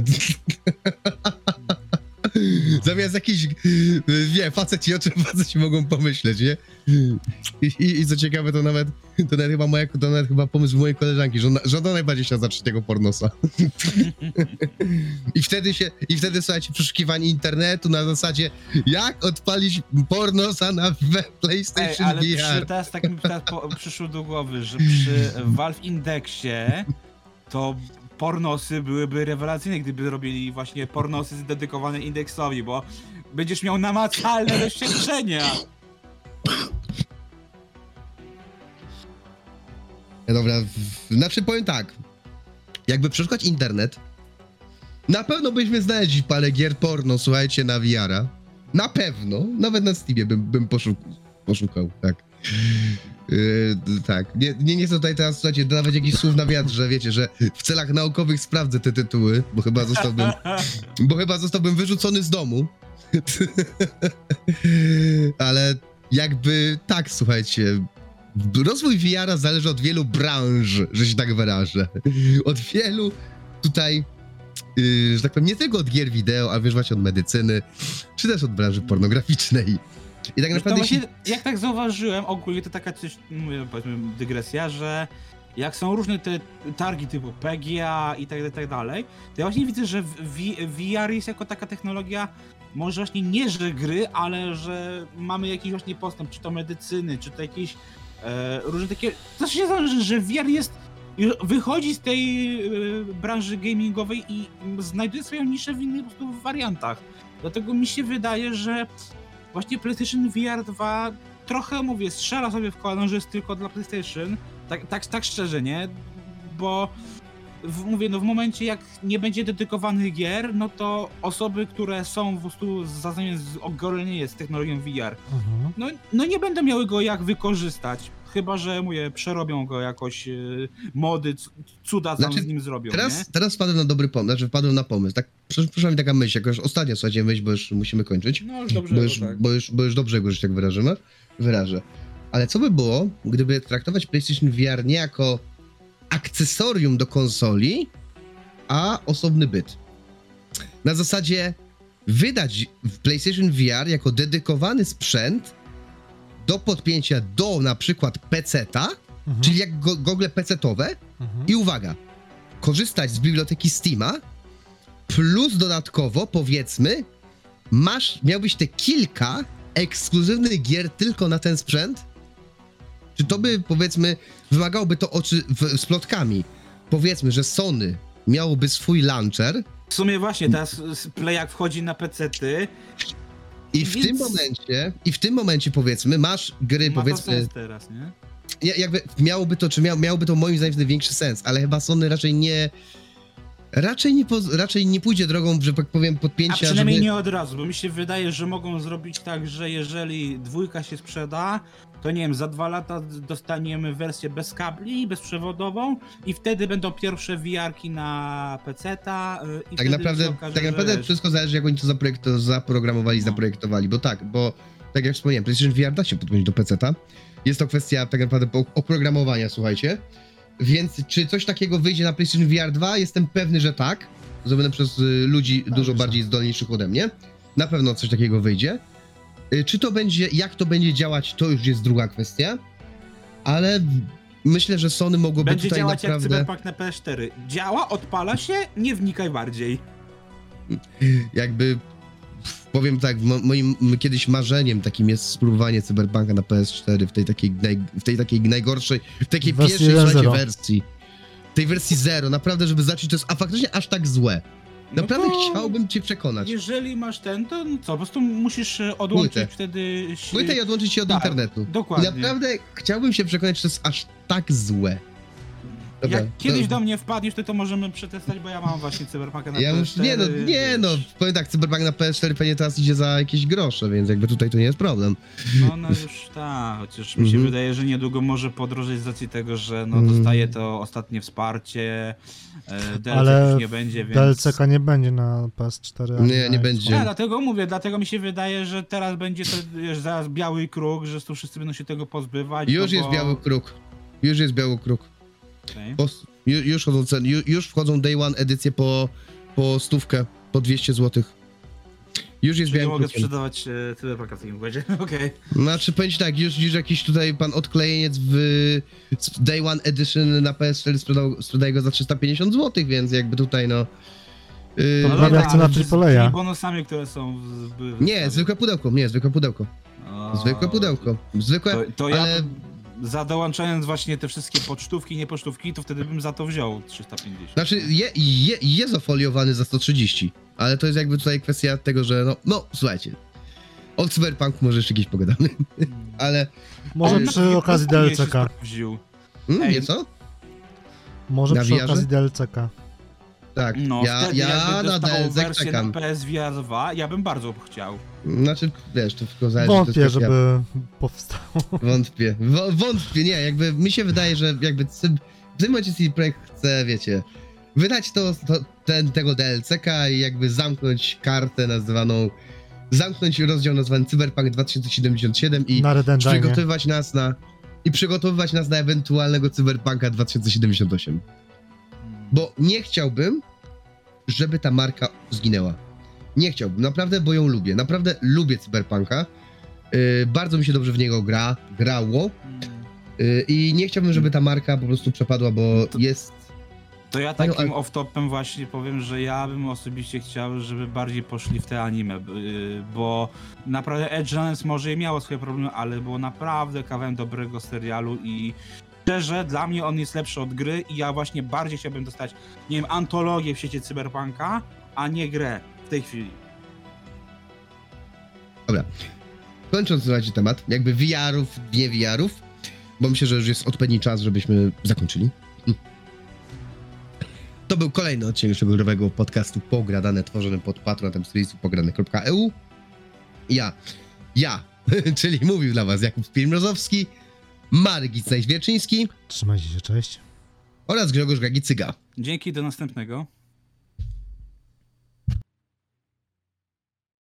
Zamiast jakiś, faceci mogą pomyśleć, nie? I co ciekawe, to nawet chyba pomysł mojej koleżanki, że ona najbardziej chciała zacząć tego pornosa. I wtedy, słuchajcie, przeszukiwanie internetu na zasadzie, jak odpalić pornosa na PlayStation ale VR. teraz tak mi przyszło do głowy, że przy Valve Indexie to pornosy byłyby rewelacyjne, gdyby robili właśnie pornosy dedykowane indeksowi, bo będziesz miał namacalne doświadczenia. Dobra, znaczy powiem tak, jakby przeszukać internet, na pewno byśmy znaleźli parę gier porno, słuchajcie, na VR-a. Na pewno, nawet na Steamie bym poszukał, tak. Tak, nie chcę tutaj teraz, słuchajcie, dodawać jakichś słów na wiatr, że wiecie, że w celach naukowych sprawdzę te tytuły, bo chyba zostałbym wyrzucony z domu. Ale jakby tak, słuchajcie, rozwój VR-a zależy od wielu branż, że się tak wyrażę. Od wielu tutaj, że tak powiem, nie tylko od gier wideo, ale wiesz, właśnie od medycyny, czy też od branży pornograficznej. I tak naprawdę właśnie, jak tak zauważyłem, ogólnie to taka coś, powiedzmy, dygresja, że jak są różne te targi typu PGA i tak dalej, to ja właśnie widzę, że VR jest jako taka technologia, może właśnie nie, że gry, ale że mamy jakiś właśnie postęp, czy to medycyny, czy to jakieś różne takie... To się zależy, że VR wychodzi z tej branży gamingowej i znajduje swoją niszę w innych po prostu wariantach. Dlatego mi się wydaje, że właśnie PlayStation VR 2 trochę, mówię, strzela sobie w kolano, że jest tylko dla PlayStation. Tak szczerze, nie? Bo mówię, no w momencie jak nie będzie dedykowanych gier, no to osoby, które są po prostu zaznane z technologią VR, no nie będą miały go jak wykorzystać. Chyba że, mówię, przerobią go jakoś mody, cuda tam z nim zrobią, Teraz wpadłem na dobry pomysł, wpadłem na pomysł. Tak, przyszła mi taka myśl, jako już ostatnia, słuchajcie, myśl, bo już musimy kończyć. No już dobrze, bo już dobrze go, że tak wyrażę. Ale co by było, gdyby traktować PlayStation VR nie jako akcesorium do konsoli, a osobny byt? Na zasadzie wydać PlayStation VR jako dedykowany sprzęt do podpięcia do na przykład PC-ta, czyli jak gogle PC-towe i uwaga, korzystać z biblioteki Steama, plus dodatkowo, powiedzmy, miałbyś te kilka ekskluzywnych gier tylko na ten sprzęt? Czy to by, powiedzmy, wymagałoby to z plotkami? Powiedzmy, że Sony miałoby swój launcher. W sumie właśnie, teraz Play jak wchodzi na PC-ty, I w tym momencie, powiedzmy, masz gry, ma powiedzmy... to sens teraz, nie? Jakby miałoby to moim zdaniem wtedy większy sens, ale chyba Sony raczej nie pójdzie drogą, że tak powiem, podpięcia... A przynajmniej nie od razu, bo mi się wydaje, że mogą zrobić tak, że jeżeli 2 się sprzeda, to nie wiem, za 2 lata dostaniemy wersję bez kabli, bezprzewodową i wtedy będą pierwsze VR-ki na PC-ta i tak naprawdę wszystko zależy, jak oni to zaprojektowali, bo tak jak wspomniałem, PlayStation VR da się podpiąć do PC-ta Jest to kwestia tak naprawdę oprogramowania, słuchajcie. Więc czy coś takiego wyjdzie na PlayStation VR 2? Jestem pewny, że tak. Zrobione przez ludzi dużo bardziej zdolniejszych ode mnie. Na pewno coś takiego wyjdzie. Czy to będzie, jak to będzie działać, to już jest druga kwestia. Ale myślę, że Sony mogłoby Będzie tutaj działać naprawdę... jak Cyberpunk na PS4. Działa, odpala się, nie wnikaj bardziej. Jakby... Powiem tak, moim kiedyś marzeniem takim jest spróbowanie Cyberpunka na PS4 w tej takiej najgorszej, w takiej Wersji pierwszej 1.0. słuchajcie, wersji. Tej wersji 0, naprawdę, żeby zacząć to jest, a faktycznie aż tak złe. Naprawdę No to chciałbym cię przekonać. Jeżeli masz ten, to no co, po prostu musisz odłączyć Płytę. wtedy... Płytę i odłączyć się od Tak, internetu. dokładnie. I naprawdę chciałbym się przekonać, że to jest aż tak złe. Dobra, Jak kiedyś to- do mnie wpadniesz, to możemy przetestować, bo ja mam właśnie Cyberpunka na Ja PS4. już, nie no, powiem tak, Cyberpunk na PS4 pewnie teraz idzie za jakieś grosze, więc jakby tutaj to nie jest problem. No już tak, chociaż mi się wydaje, że niedługo może podrożeć z racji tego, że no Mhm. dostaje to ostatnie wsparcie, DLC Ale już nie będzie, więc... DLC nie będzie na PS4. ani Nie, na nie Xbox. będzie. Ja dlatego mówię, dlatego mi się wydaje, że teraz będzie to wiesz, zaraz biały kruk, że tu wszyscy będą się tego pozbywać. Już no jest bo... biały kruk. Już jest biały kruk. Okej. Już chodzą ceny, już wchodzą Day One edycje po 100, po 200 zł. Już jest Czyli nie biały mogę kruk. sprzedawać Cyberpunka w takim układzie, okej. Znaczy, powiem ci tak, już jakiś tutaj pan odklejeniec w Day One Edition na PS4 sprzedaje go za 350 zł, więc jakby tutaj no... To No prawie dobra, jak cena ale z AAA. tymi bonusami, które są Nie, zwykłe pudełko, zwykłe pudełko. Zwykłe pudełko. Zwykłe, To ja ale... za dołączając właśnie te wszystkie pocztówki, nie pocztówki, to wtedy bym za to wziął 350. Znaczy, jest ofoliowany za 130, ale to jest jakby tutaj kwestia tego, że no słuchajcie, o Cyberpunku może jeszcze kiedyś pogadamy, ale... Może On przy okazji DLCK. Ej. Nie co? Może Na przy VR-ze? okazji DLCK. Tak, No ja wtedy jakby na dostał DLZ wersję czekam. na PSVR 2, ja bym bardzo chciał. Znaczy, wiesz, to tylko zależy... to Wątpię, jest kwestia- żeby powstało. Wątpię. Wątpię, nie, jakby mi się wydaje, że jakby w tym momencie CD Projekt chce, wiecie, wydać tego DLC-ka i jakby zamknąć kartę nazwaną, zamknąć rozdział nazwany Cyberpunk 2077 i Na Red Engine. przygotowywać nas na ewentualnego Cyberpunka 2078. Bo nie chciałbym, żeby ta marka zginęła. Nie chciałbym, naprawdę, bo ją lubię. Naprawdę lubię Cyberpunka. Bardzo mi się dobrze w niego grało. I nie chciałbym, żeby ta marka po prostu przepadła, bo jest... To ja Panią, takim ale- off-topem właśnie powiem, że ja bym osobiście chciał, żeby bardziej poszli w te anime, bo naprawdę Edge Runners może i miało swoje problemy, ale było naprawdę kawałem dobrego serialu i szczerze, dla mnie on jest lepszy od gry i ja właśnie bardziej chciałbym dostać, nie wiem, antologię w świecie Cyberpunka, a nie grę w tej chwili. Dobra. Kończąc słuchajcie temat, jakby VR-ów, nie VR-ów, bo myślę, że już jest odpowiedni czas, żebyśmy zakończyli. To był kolejny odcinek naszego growego podcastu Pogradane, tworzony pod patronatem serwisu pograne.eu. Ja, czyli mówił dla was Jakub Spirmrozowski, Marek Gicnaj-Zwierczyński Trzymajcie się, cześć. oraz Grzegorz Gagicyga. Dzięki, do następnego.